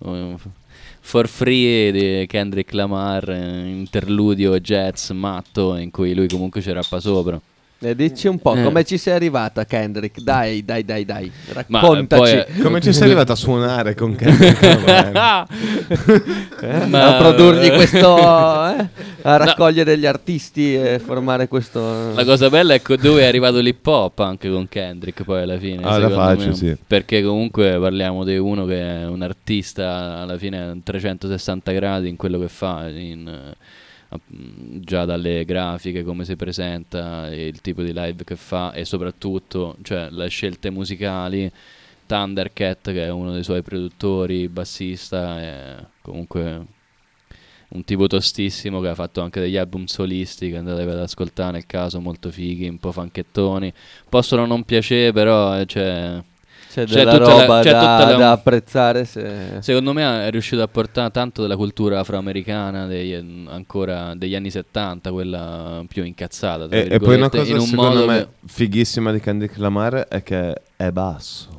For Free di Kendrick Lamar, eh, interludio jazz matto in cui lui comunque ci rappa sopra. E dici un po' Eh. come ci sei arrivata, Kendrick? Dai, dai, dai, dai. Ma, Raccontaci. poi, eh, Come ci sei arrivato a suonare con Kendrick Lamar? Eh? Ma- A produrgli questo, eh? A raccogliere gli artisti e formare questo. La cosa bella è co- dove è arrivato l'hip hop anche con Kendrick poi alla fine. Alla secondo faccia, me. sì. Perché comunque parliamo di uno che è un artista alla fine a trecentosessanta gradi in quello che fa, in, eh, app- già dalle grafiche, come si presenta, e il tipo di live che fa e soprattutto cioè, le scelte musicali. Thundercat, che è uno dei suoi produttori, bassista, è comunque un tipo tostissimo che ha fatto anche degli album solisti che andate ad ascoltare nel caso, molto fighi, un po' fanchettoni. Possono non piacere, però eh, c'è, C'è c'è della tutta la- roba c'è da, tutta la- da apprezzare se... secondo me è riuscito a portare tanto della cultura afroamericana degli, ancora degli anni settanta, quella più incazzata, tra E, e poi una virgolette, cosa in un secondo modo me che- fighissima di Kendrick Lamar è che è basso.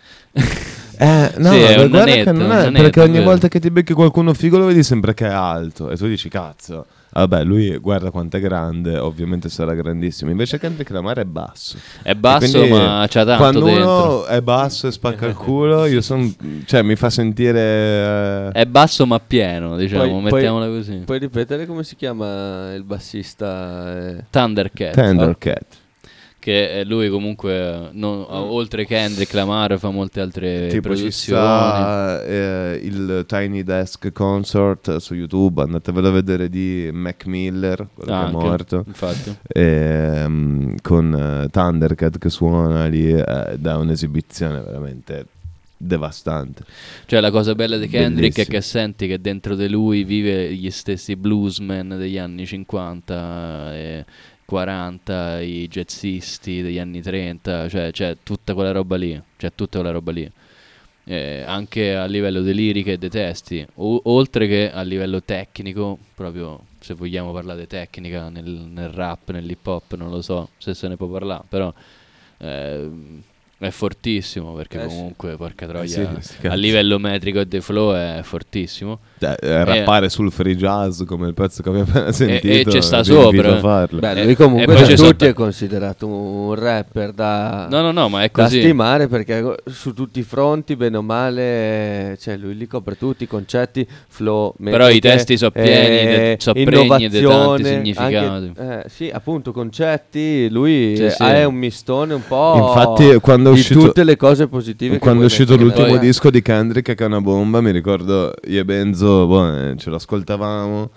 Eh, no, Sì, è ma un guarda nanetto, che non un è, nanetto, perché è ogni vero. volta che ti becchi qualcuno figo lo vedi sempre che è alto e tu dici cazzo. Vabbè, lui guarda quanto è grande, ovviamente sarà grandissimo. Invece Kendrick Lamar è basso. È basso, E quindi ma c'ha tanto quando dentro. uno è basso e spacca il culo, io son, cioè mi fa sentire eh, È basso ma pieno, diciamo, Poi- mettiamola poi- così. Puoi ripetere come si chiama il bassista? eh? Thundercat. Thundercat. Che è lui comunque, non- oltre Kendrick Lamar fa molte altre Tipo ci produzioni. sta eh, il uh, Tiny Desk Concert su YouTube, andatevelo a vedere, di Mac Miller, quello Ah, che è anche, morto, infatti. e, um, con uh, Thundercat che suona lì, uh, da un'esibizione veramente devastante. Cioè la cosa bella di Kendrick Bellissimo. è che senti che dentro di lui vive gli stessi bluesman degli anni cinquanta e quaranta, i jazzisti degli anni trenta, cioè c'è tutta quella roba lì, c'è tutta quella roba lì. Eh, anche a livello di liriche e dei testi, o- oltre che a livello tecnico, proprio se vogliamo parlare di tecnica nel, nel rap, nell'hip hop, non lo so se se ne può parlare, però eh, è fortissimo, perché Eh, sì. comunque porca Eh, troia, sì, sti cazzi. a livello metrico e di flow è fortissimo. Cioè, eh, rappare sul free jazz come il pezzo che abbiamo appena sentito, e ci sta vi invito sopra. a farlo. Beh, E- lui e comunque poi da c'è tutti sotto- è considerato un rapper da, No, no, no, ma è da così. stimare, perché su tutti i fronti, bene o male, cioè lui li copre tutti, i concetti, flow, Però i metriche, testi so pieni de- so pregni di tanti innovazione, significati. anche- eh, sì, appunto, concetti, lui Sì, sì. è un mistone un po' Infatti, quando è di uscito- tutte le cose positive che Quando è vuoi uscito mettere l'ultimo nella- disco di Kendrick, che è una bomba, mi ricordo io e Benzo, boh, eh, ce lo ascoltavamo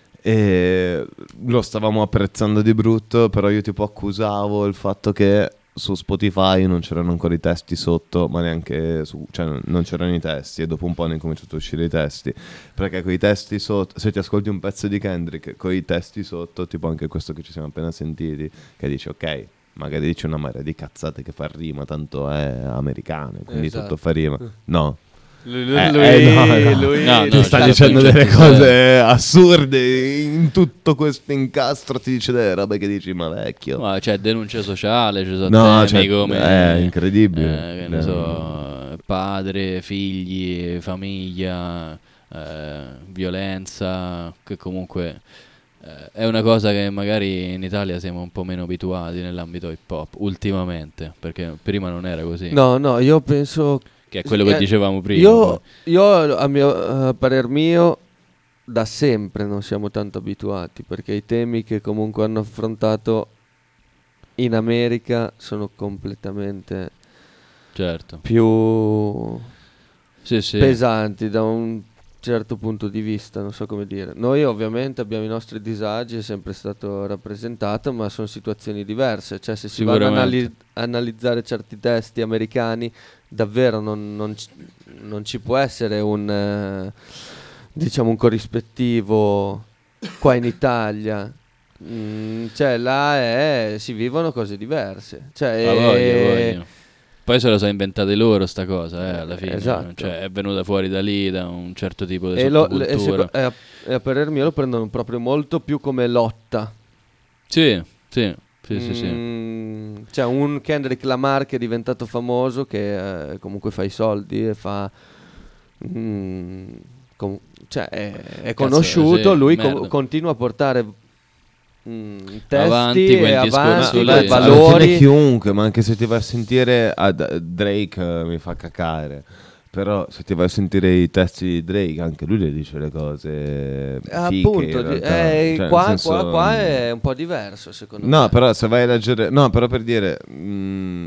e lo stavamo apprezzando di brutto, però io tipo accusavo il fatto che su Spotify non c'erano ancora i testi sotto, ma neanche su, cioè non- non c'erano i testi, e dopo un po' ne è cominciato a uscire i testi, perché con i testi sotto, se ti ascolti un pezzo di Kendrick con i testi sotto, tipo anche questo che ci siamo appena sentiti, che dici ok, magari dice una marea di cazzate che fa rima, tanto è americano, quindi Esatto. tutto fa rima. No. Lui, lui, Eh, lui- eh, no, no. lui- No, no, Ti sta c'è dicendo tutto delle il cose assurde in tutto questo incastro, ti dice delle robe che dici ma vecchio. Ma c'è denuncia sociale, ci sono No, temi cioè, come è incredibile. eh, che ne Eh. so, padre, figli, famiglia, eh, violenza, che comunque eh, è una cosa che magari in Italia siamo un po' meno abituati nell'ambito hip hop ultimamente, perché prima non era così. No, no, io penso Che è quello che eh, dicevamo prima. Io, io a mio eh, parer mio, da sempre non siamo tanto abituati, perché i temi che comunque hanno affrontato in America sono completamente Certo. più Sì, sì. pesanti da un certo punto di vista, non so come dire. Noi ovviamente abbiamo i nostri disagi, è sempre stato rappresentato, ma sono situazioni diverse, cioè se si vanno a Sicuramente. anali- analizzare certi testi americani, davvero non, non ci, non ci può essere un eh, diciamo un corrispettivo qua in Italia. Mm, cioè là è, si vivono cose diverse, cioè, Ah, voglio, eh, voglio. Poi se lo sono inventate loro sta cosa, eh, alla fine. Esatto. Cioè, è venuta fuori da lì, da un certo tipo di e, lo, e, sottocultura. seco- e a, e a parer mio lo prendono proprio molto più come lotta. Sì, sì, sì, sì, sì. Mm, C'è un Kendrick Lamar che è diventato famoso, che eh, comunque fa i soldi e fa mm, com- cioè è, è Cazzo, conosciuto, sì, lui co- merda. continua a portare mm, testi Avanti quel e discorso avanti lì. quei Alla Alla valori. fine chiunque, ma anche se ti vai a sentire a D- Drake, eh, mi fa cacare. Però se ti vai a sentire i testi di Drake, anche lui le dice le cose fighe, Appunto, in di- realtà. eh, Cioè, nel qua, senso- qua- qua è un po' diverso secondo No, me. però se vai a leggere, no, però per dire, mh,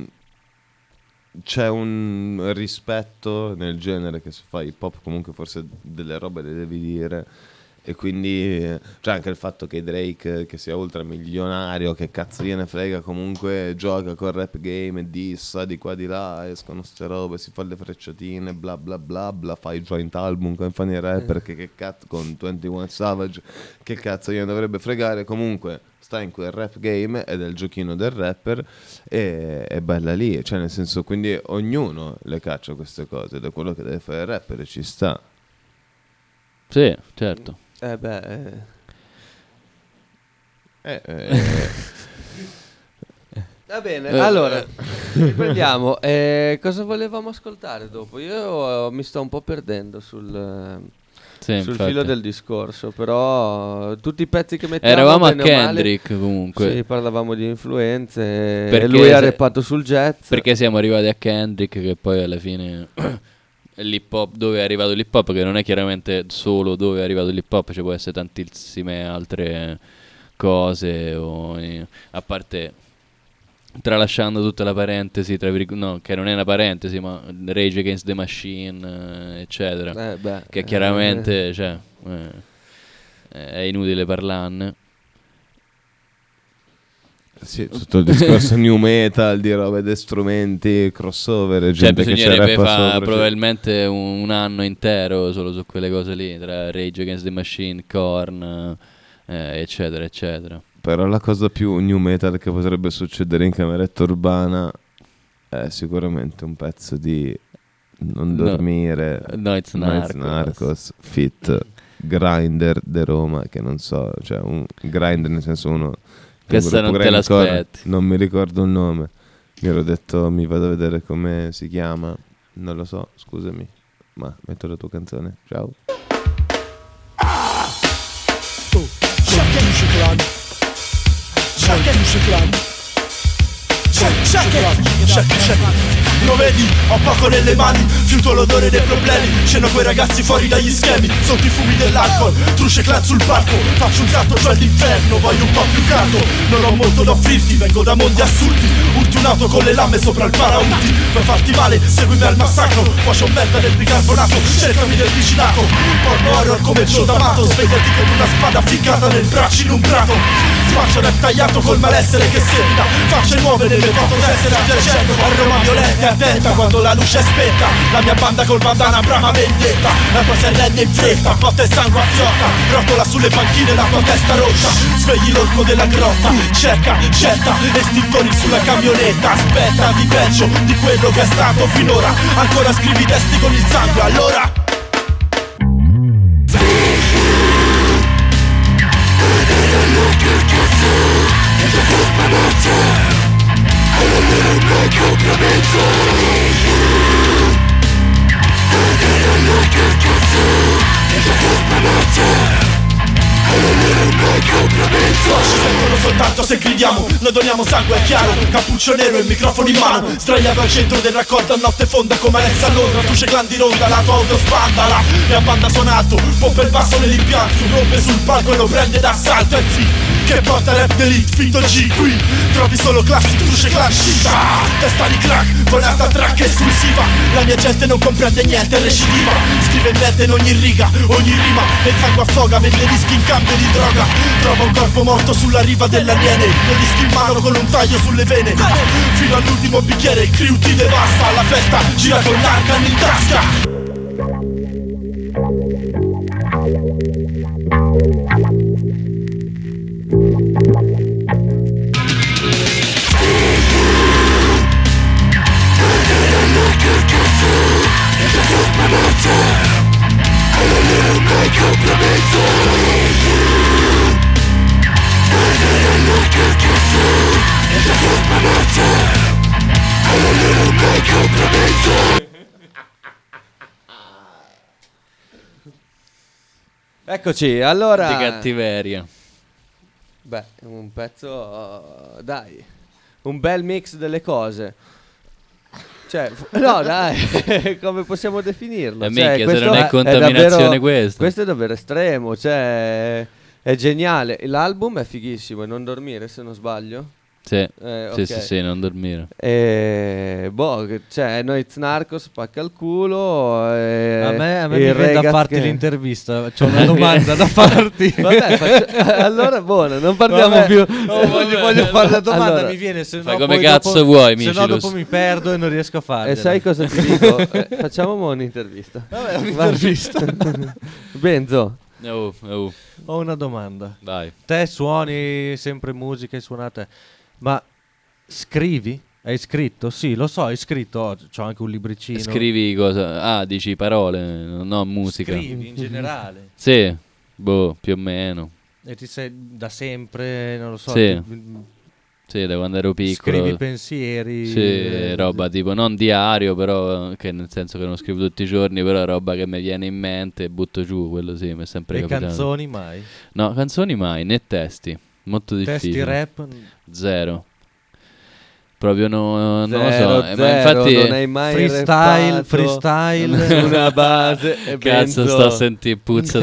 c'è un rispetto nel genere, che se fai hip hop comunque forse delle robe le devi dire, e quindi eh, c'è anche il fatto che Drake, eh, che sia ultramilionario, che cazzo gliene frega, comunque gioca col rap game e dissa di qua di là, escono ste robe, si fa le frecciatine, bla bla bla bla, fa i joint album con fan rapper, che, che cazzo, con ventuno Savage, che cazzo gliene dovrebbe fregare, comunque sta in quel rap game ed è il giochino del rapper, e è bella lì, cioè nel senso, quindi ognuno le caccia queste cose, ed è quello che deve fare il rapper e ci sta. Sì, certo. Eh beh, eh. Eh, eh, Va bene, Eh, allora eh. riprendiamo. Eh, cosa volevamo ascoltare dopo? Io eh, mi sto un po' perdendo sul, eh, Sì, sul infatti. filo del discorso, però tutti i pezzi che mettiamo Eravamo a bene o male- Kendrick comunque. Sì, parlavamo di influenze, Perché e lui ha se- rappato sul jazz. Perché siamo arrivati a Kendrick, che poi alla fine l'hip hop, dove è arrivato l'hip hop, che non è chiaramente solo dove è arrivato l'hip hop, ci può essere tantissime altre cose, o, eh, a parte tralasciando tutta la parentesi, tra virg- no, che non è una parentesi, ma Rage Against the Machine, eh, eccetera, Eh, beh, che eh, chiaramente, cioè, eh, è inutile parlarne. Sì, tutto il discorso new metal, di robe ed strumenti, crossover, Cioè gente che c'è bisognerebbe rappa fare sopra, probabilmente un, un anno intero solo su quelle cose lì, tra Rage Against the Machine, Korn, eh, eccetera, eccetera. Però la cosa più new metal che potrebbe succedere in cameretta urbana è sicuramente un pezzo di Non No. dormire, Noiz Noiz Narcos. Narcos, fit Grinder de Roma, che non so, cioè un Grinder nel senso uno che Questa un gruppo non te grindcore, l'aspetti. non mi ricordo il nome, mi ero detto mi vado a vedere come si chiama, non lo so, scusami, ma metto la tua canzone, ciao. Check it, clan. Check it, clan. Check, check it, check, check. Lo vedi, ho poco nelle mani, fiuto l'odore dei problemi. Scendo quei ragazzi fuori dagli schemi, sotto i fumi dell'alcol, truce clan sul palco. Faccio un salto giù all'inferno, voglio un po' più caldo. Non ho molto da offrirti, vengo da mondi assurdi. Urti un'auto con le lame sopra il paraurti. Per farti male, seguimi al massacro. Cuocio merda del bicarbonato, cercami del vicinato. Porno horror come Joe D'Amato, svegliati con una spada ficcata nel braccio in un prato. Spaccio rap tagliato col malessere che semina. Facce nuove nelle fototessere adjacendo. A Roma violenta, attenta quando la luce è spenta. La mia banda col bandana brama vendetta. La tua si arrende in fretta, botta e sangue a fiotta. Rotola sulle panchine la tua testa rotta. Svegli l'orco della grotta, cerca, getta estintori sulla camionetta. Aspetta di peggio di quello che è stato finora. Ancora scrivi i testi con il sangue, allora ci sentono soltanto se gridiamo, noi doniamo sangue, è chiaro. Cappuccio nero e il microfono in mano, sdraiato al centro del raccordo a notte fonda come Alexa Londra. Tu c'è clan di ronda, la tua auto spandala. Mia banda suonato, pompa il basso nell'impianto. Rompe sul palco e lo prende d'assalto. E sì, che porta rap d'elite, finto G qui. Trovi solo classic, tu c'è clan shit. Testa di crack, volata track esclusiva. La mia gente non comprende niente, recidiva. Scrive in mente in ogni riga, ogni rima. E il sangue affoga, vende dischi in cambio di droga. Trova un corpo morto sulla riva dell'Ariene, lo dischi in mano con un taglio sulle vene. Fino all'ultimo bicchiere il crew ti devasta. La festa gira con l'arcan in tasca. Eccoci, allora Di cattiveria. Beh, un pezzo, dai, un bel mix delle cose. Cioè, f- no dai, come possiamo definirlo? Eh, Cioè, minchia, se questo non è contaminazione davvero- questo. Questo è davvero estremo, cioè è geniale. L'album è fighissimo, è Non dormire se non sbaglio. Sì, Eh, sì, ok. sì, sì, non dormire. E boh, che- cioè Noiz Narcos spacca il culo. E A me, a me il mi viene da ragazzi farti che- l'intervista. C'ho una domanda da farti. Vabbè, faccio- allora buono, non parliamo Vabbè, più. no, voglio, voglio fare la domanda, Allora, mi viene se fai no come poi cazzo dopo- vuoi, se no Micilus. dopo mi perdo e non riesco a farlo. E sai cosa ti dico? Eh, facciamo mo un'intervista. Vabbè, un'intervista. Benzo, Oh, oh, Ho una domanda. vai. Te suoni sempre musica e suonate, ma scrivi? Hai scritto? Sì, lo so, hai scritto. Ho c'ho anche un libricino. Scrivi cosa? Ah, dici parole, no musica. Scrivi in generale. Sì, boh, più o meno. E ti sei da sempre, non lo so. Sì. ti- Sì, da quando ero piccolo. Scrivi pensieri. Sì, eh, roba tipo non diario, però che nel senso che non scrivo tutti i giorni, però roba che mi viene in mente e butto giù, quello sì, mi è sempre E capitato. canzoni mai? No, canzoni mai, né testi. Molto Testi difficile. rap? Zero. Proprio no, non lo Zero, so, eh, ma zero, infatti non hai mai Freestyle, rappato freestyle. una base e cazzo Benzo. sto a sentire puzza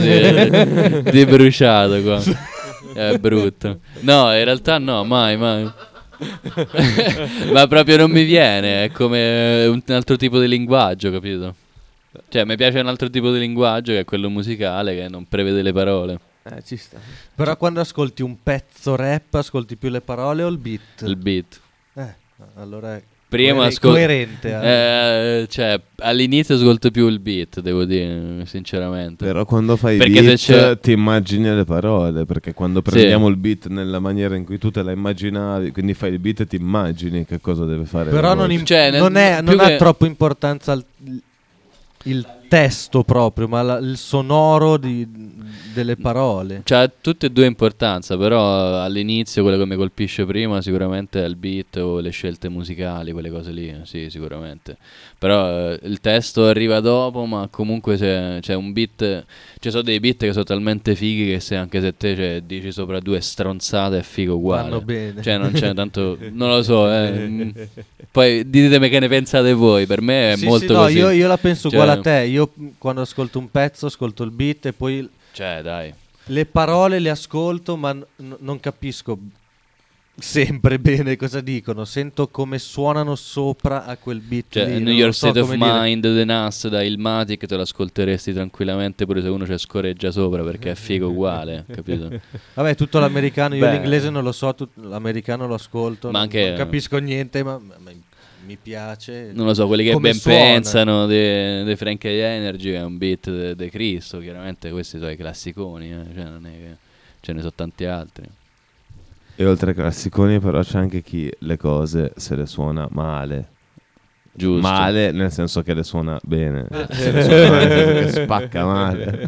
di, di bruciato qua. È brutto. No, in realtà no, mai, mai. Ma proprio non mi viene, è come un altro tipo di linguaggio, capito? Cioè, mi piace un altro tipo di linguaggio che è quello musicale, che non prevede le parole. Eh, ci sta. Però quando ascolti un pezzo rap, ascolti più le parole o il beat? Il beat. Eh, allora è Prima coer- ascolto, coerente. eh. eh, cioè, all'inizio ascolto più il beat, devo dire, sinceramente. Però quando fai Perché beat se c'è- ti immagini le parole, perché quando Sì. prendiamo il beat nella maniera in cui tu te la immaginavi, quindi fai il beat e ti immagini che cosa deve fare. Però la non, voce. im- Cioè, nel- non, è- più non ha che- troppo importanza il, il testo proprio, ma la- il sonoro di- delle parole. C'ha tutte e due importanza, però all'inizio quello che mi colpisce prima sicuramente è il beat o le scelte musicali, quelle cose lì, sì, sicuramente. Però eh, il testo arriva dopo, ma comunque se c'è un beat, ci sono dei beat che sono talmente fighi che se anche se te cioè, dici sopra due stronzate è figo uguale. Vanno bene. Cioè non c'è tanto, non lo so, eh. Mm. Poi ditemi che ne pensate voi, per me è Sì, molto sì, no, così. io, io la penso Cioè- uguale a te. Io mh, quando ascolto un pezzo ascolto il beat e poi Cioè, dai. le parole le ascolto, ma n- non capisco sempre bene cosa dicono. Sento come suonano sopra a quel beat Cioè, lì. New non York lo so State of come dire. Mind, The Nas, da Illmatic te lo ascolteresti tranquillamente pure se uno ci scorreggia sopra perché è figo uguale, capito? Vabbè, tutto l'americano, io Beh. l'inglese non lo so, tut- l'americano lo ascolto, Ma non- anche- non capisco niente, ma, ma- ma mi piace. Non lo so, quelli che come ben suona. pensano dei Frank Energy è un beat de, de Cristo, chiaramente questi sono i classiconi, eh, cioè non è che ce ne sono tanti altri. E oltre ai classiconi però c'è anche chi le cose se le suona male. Giusto. Male nel senso che le suona bene. Se le suona male nel senso che spacca male.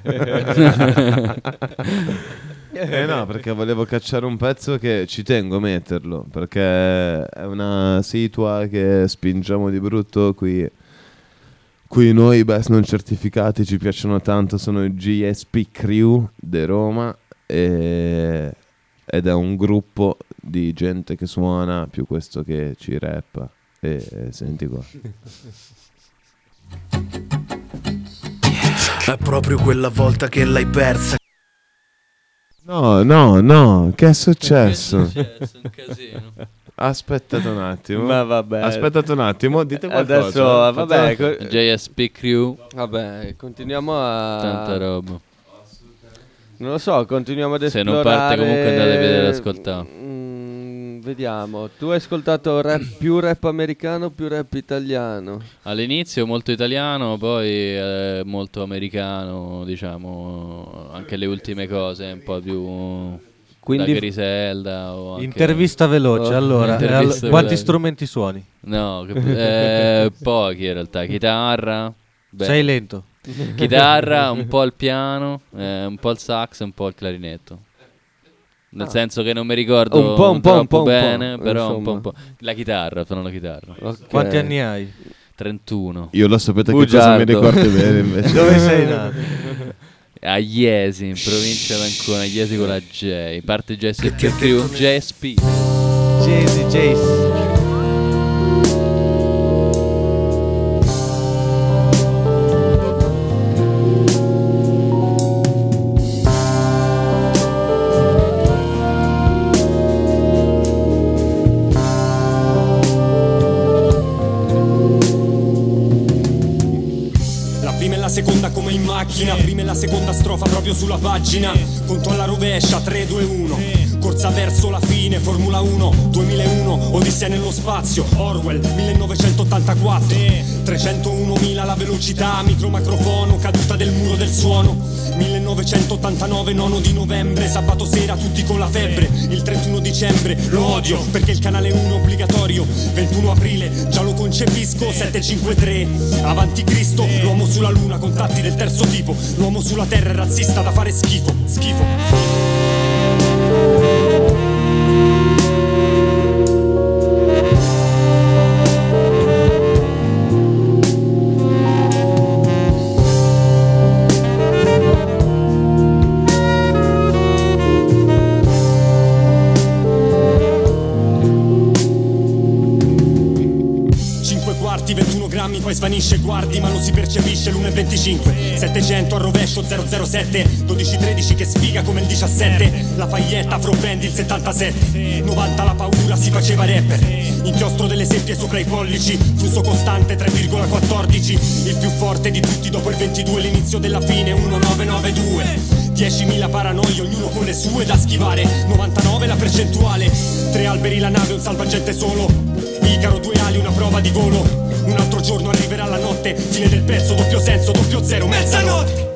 Eh no, perché volevo cacciare un pezzo che ci tengo a metterlo, perché è una situa che spingiamo di brutto qui. Qui noi best non certificati ci piacciono tanto, sono i G S P Crew di Roma e... ed è un gruppo di gente che suona più questo che ci rappa. E, e senti qua. È proprio quella volta che l'hai persa. No, no, no, che è successo? Che è successo? Un casino. Aspettate un attimo. Ma vabbè. Aspettate un attimo, dite qualcosa. Adesso, vabbè, Fate- co- J S P Crew, vabbè, continuiamo a... tanta roba. Non lo so, continuiamo ad Se esplorare... non parte comunque andate a vedere, ascoltare. Mm, vediamo, tu hai ascoltato rap, più rap americano o più rap italiano? All'inizio molto italiano, poi eh, molto americano, diciamo, anche le ultime cose un po' più Quindi- da Griselda o anche- Intervista veloce, Oh, allora, intervista eh, all- quanti veloce. strumenti suoni? No, che- eh, pochi in realtà, chitarra, beh, Sei lento. chitarra, un po' il piano, eh, un po' il sax e un po' il clarinetto. Nel Ah. senso che non mi ricordo Un po', un po', un troppo po', un po', bene, però un po', un insomma. po'. La chitarra, suono la chitarra. Ok. Quanti anni hai? trentuno. Io lo sapete che cosa mi Bugiardo. ricordo bene invece. Dove sei nato? A Iesi, in provincia d'Ancona, Iesi con la J. Parte J S P Crew, J S P. Jay-Z, Jace. La prima e la seconda come in macchina, prima e la seconda strofa proprio sulla pagina. Conto alla rovescia, tre, due, uno. Corsa verso la fine, Formula uno, duemilauno, Odissea nello spazio, Orwell, millenovecentottantaquattro. trecentounomila la velocità, micro macrofono, caduta del muro del suono. millenovecentottantanove, nono di novembre, sabato sera tutti con la febbre. Il trentuno dicembre lo odio perché il canale uno è obbligatorio. ventuno aprile, già lo concepisco, settecentocinquantatré. Avanti Cristo, l'uomo sulla luna, contatti del terzo tipo. L'uomo sulla terra è razzista da fare schifo, schifo. cinque quarti, ventuno grammi, poi poi svanisce. Guardi ma non si percepisce, l'uno e venticinque, settecento al rovescio, zero zero sette, dodici tredici che sfiga come il diciassette. La Faietta, Afro Band il settantasette, novanta la paura, si faceva rapper. Inchiostro delle seppie sopra i pollici, flusso costante tre virgola quattordici. Il più forte di tutti dopo il ventidue, l'inizio della fine, millenovecentodnovantadue. diecimila paranoie, ognuno con le sue da schivare. Novantanove la percentuale, tre alberi la nave, un salvagente solo. Icaro, due ali, una prova di volo. Un altro giorno arriverà la notte, fine del pezzo, doppio senso, doppio zero, mezzanotte.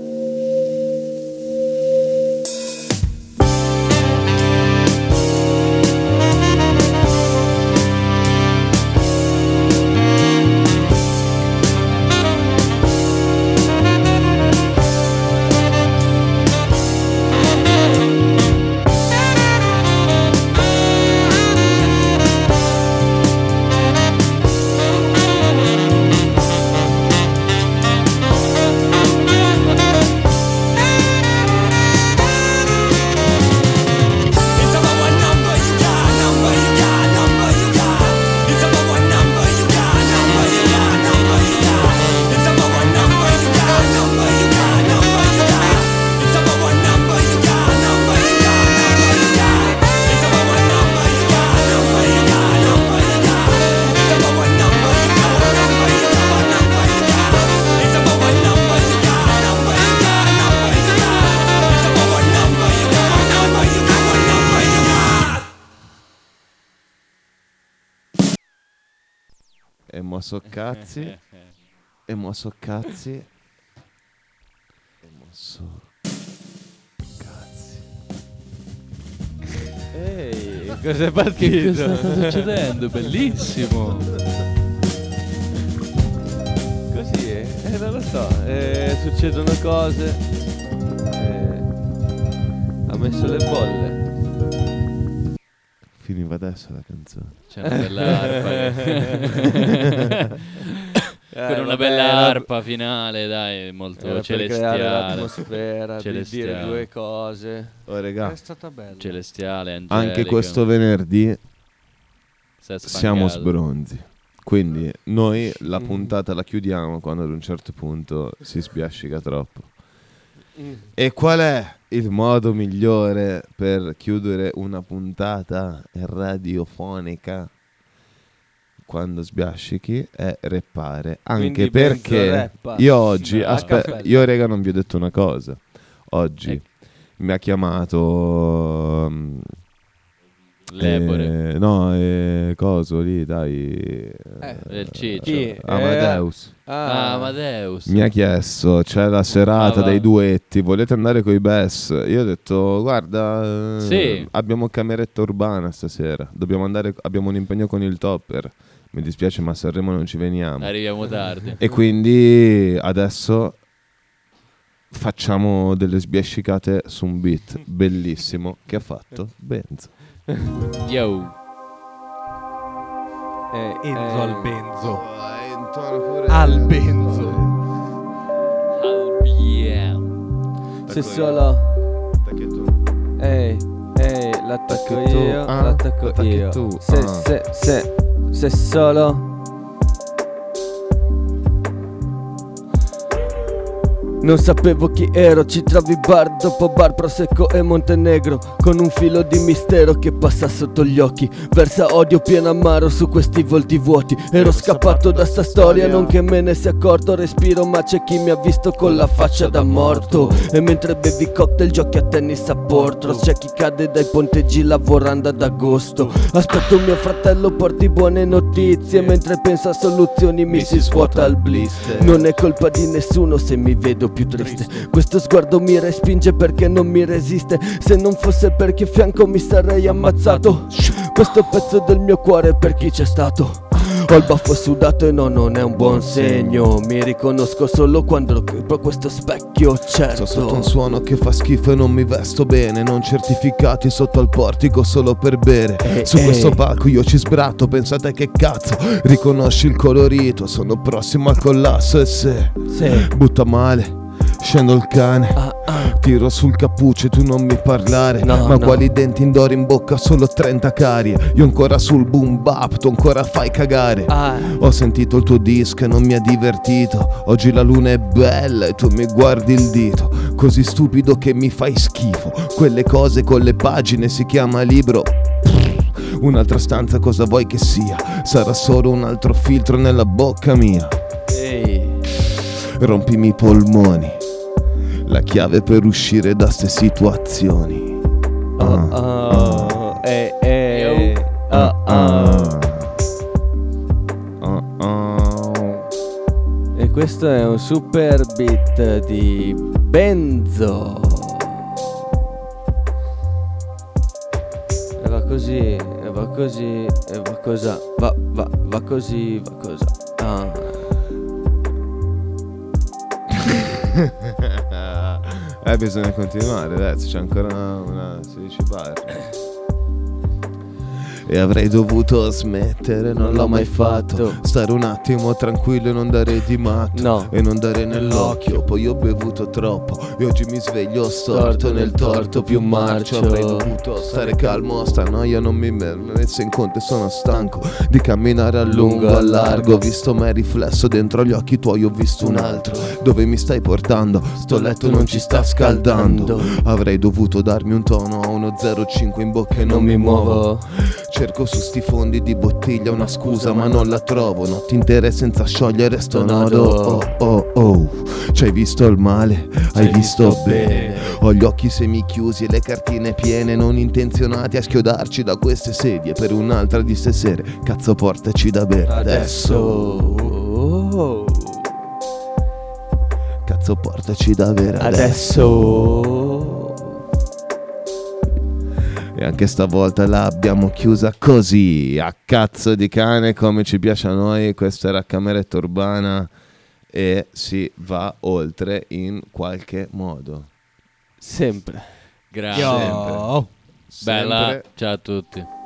E mo so cazzi. E mo so cazzi. E mo so cazzi. Ehi, cos'è partito? Che cosa sta succedendo? Bellissimo. Così è, eh, non lo so, eh, succedono cose. Eh, ha messo le bolle. Finiva adesso la canzone. C'è una bella arpa. Eh, Con una vabbè, bella era- arpa finale, dai, molto era per celestiale. creare l'atmosfera, di Celestiale. dire due cose. Oh, regà. È stata bella. Celestiale, angelica. Anche questo venerdì Si è siamo sfangato. sbronzi. Quindi noi la Mm. puntata la chiudiamo quando ad un certo punto si sbiascica troppo. Mm. E qual è il modo migliore per chiudere una puntata radiofonica quando sbiascichi? È reppare. Anche Quindi Benzo perché rappa. io oggi, A aspe- cappella. io rega non vi ho detto una cosa. Oggi Ecco. mi ha chiamato mm, Lebore. eh, no, eh, coso lì, dai. Eh, il Ciccio. Chi? Amadeus. Eh, ah, Ah, Amadeus. Mi ha chiesto, c'è la serata Ah, va. dei duetti, volete andare coi Bess? Io ho detto, guarda, eh, Sì. abbiamo cameretta urbana stasera, dobbiamo andare, abbiamo un impegno con il Topper. Mi dispiace, ma a Sanremo non ci veniamo. Arriviamo tardi. E quindi adesso facciamo delle sbiascicate su un beat bellissimo che ha fatto Benzo. Yo. eh, Enzo eh, al benzo. Al Al benzo. Albiel. Se solo Perché tu? Ehi, ehi, l'attacco Attacchi tu, io, ah, l'attacco attacchi io. tu, Se, ah. se, se, se solo non sapevo chi ero, ci trovi bar dopo bar, prosecco e Montenegro, con un filo di mistero che passa sotto gli occhi, versa odio pieno amaro su questi volti vuoti. Ero scappato da sta storia, non che me ne sia accorto, respiro ma c'è chi mi ha visto con la faccia da morto. E mentre bevi cocktail giochi a tennis a Portros, c'è chi cade dai ponteggi lavorando ad agosto. Aspetto mio fratello porti buone notizie, mentre penso a soluzioni mi si svuota il blister. Non è colpa di nessuno se mi vedo più triste, questo sguardo mi respinge perché non mi resiste. Se non fosse perché a fianco mi sarei ammazzato. Questo pezzo del mio cuore per chi c'è stato. Ho il baffo sudato e no, non è un buon segno. Mi riconosco solo quando per questo specchio, certo. Sto sotto un suono che fa schifo e non mi vesto bene, non certificati sotto al portico solo per bere. Ehi, Su ehi. questo palco io ci sbratto, pensate che cazzo, riconosci il colorito, sono prossimo al collasso e se Sì. butta male, scendo il cane, Ah, Tiro sul cappuccio e tu non mi parlare. No, Ma no. quali denti in d'oro in bocca, solo trenta carie. Io ancora sul boom bap, tu ancora fai cagare. Ah. Ho sentito il tuo disco e non mi ha divertito. Oggi la luna è bella e tu mi guardi il dito. Così stupido che mi fai schifo. Quelle cose con le pagine si chiama libro. Un'altra stanza cosa vuoi che sia? Sarà solo un altro filtro nella bocca mia. Ehi. Rompimi i polmoni, la chiave per uscire da ste situazioni. Oh, oh, eh, eh, oh, oh. Oh, oh. E questo è un super beat di Benzo. E va così, e va così, e va cosa, va, va, va così, va cosa. Ah. Eh, bisogna continuare, adesso c'è ancora una, una sedici bar. E avrei dovuto smettere, non l'ho mai fatto. Stare un attimo tranquillo e non dare di matto. No. E non dare nell'occhio. Poi ho bevuto troppo e oggi mi sveglio storto nel torto più marcio. Avrei dovuto stare calmo, sta noia non mi mi mi messa in conto e sono stanco di camminare a lungo, a largo. Ho visto me riflesso dentro gli occhi tuoi, ho visto un altro. Dove mi stai portando? Sto letto non ci sta scaldando. Avrei dovuto darmi un tono a uno zero cinque in bocca e non mi muovo. Cerco su sti fondi di bottiglia una scusa ma non la trovo. Notti intere senza sciogliere sto nodo. Oh oh oh. C'hai visto il male? Hai visto bene? Ho gli occhi semichiusi e le cartine piene, non intenzionati a schiodarci da queste sedie per un'altra di ste sere. Cazzo, portaci da bere adesso. Oh. Cazzo, portaci da bere adesso. Adesso. E anche stavolta l'abbiamo chiusa così, a cazzo di cane, come ci piace a noi. Questa era Cameretta Urbana e si va oltre in qualche modo. Sempre. Grazie. Sempre. Bella, Sempre. ciao a tutti.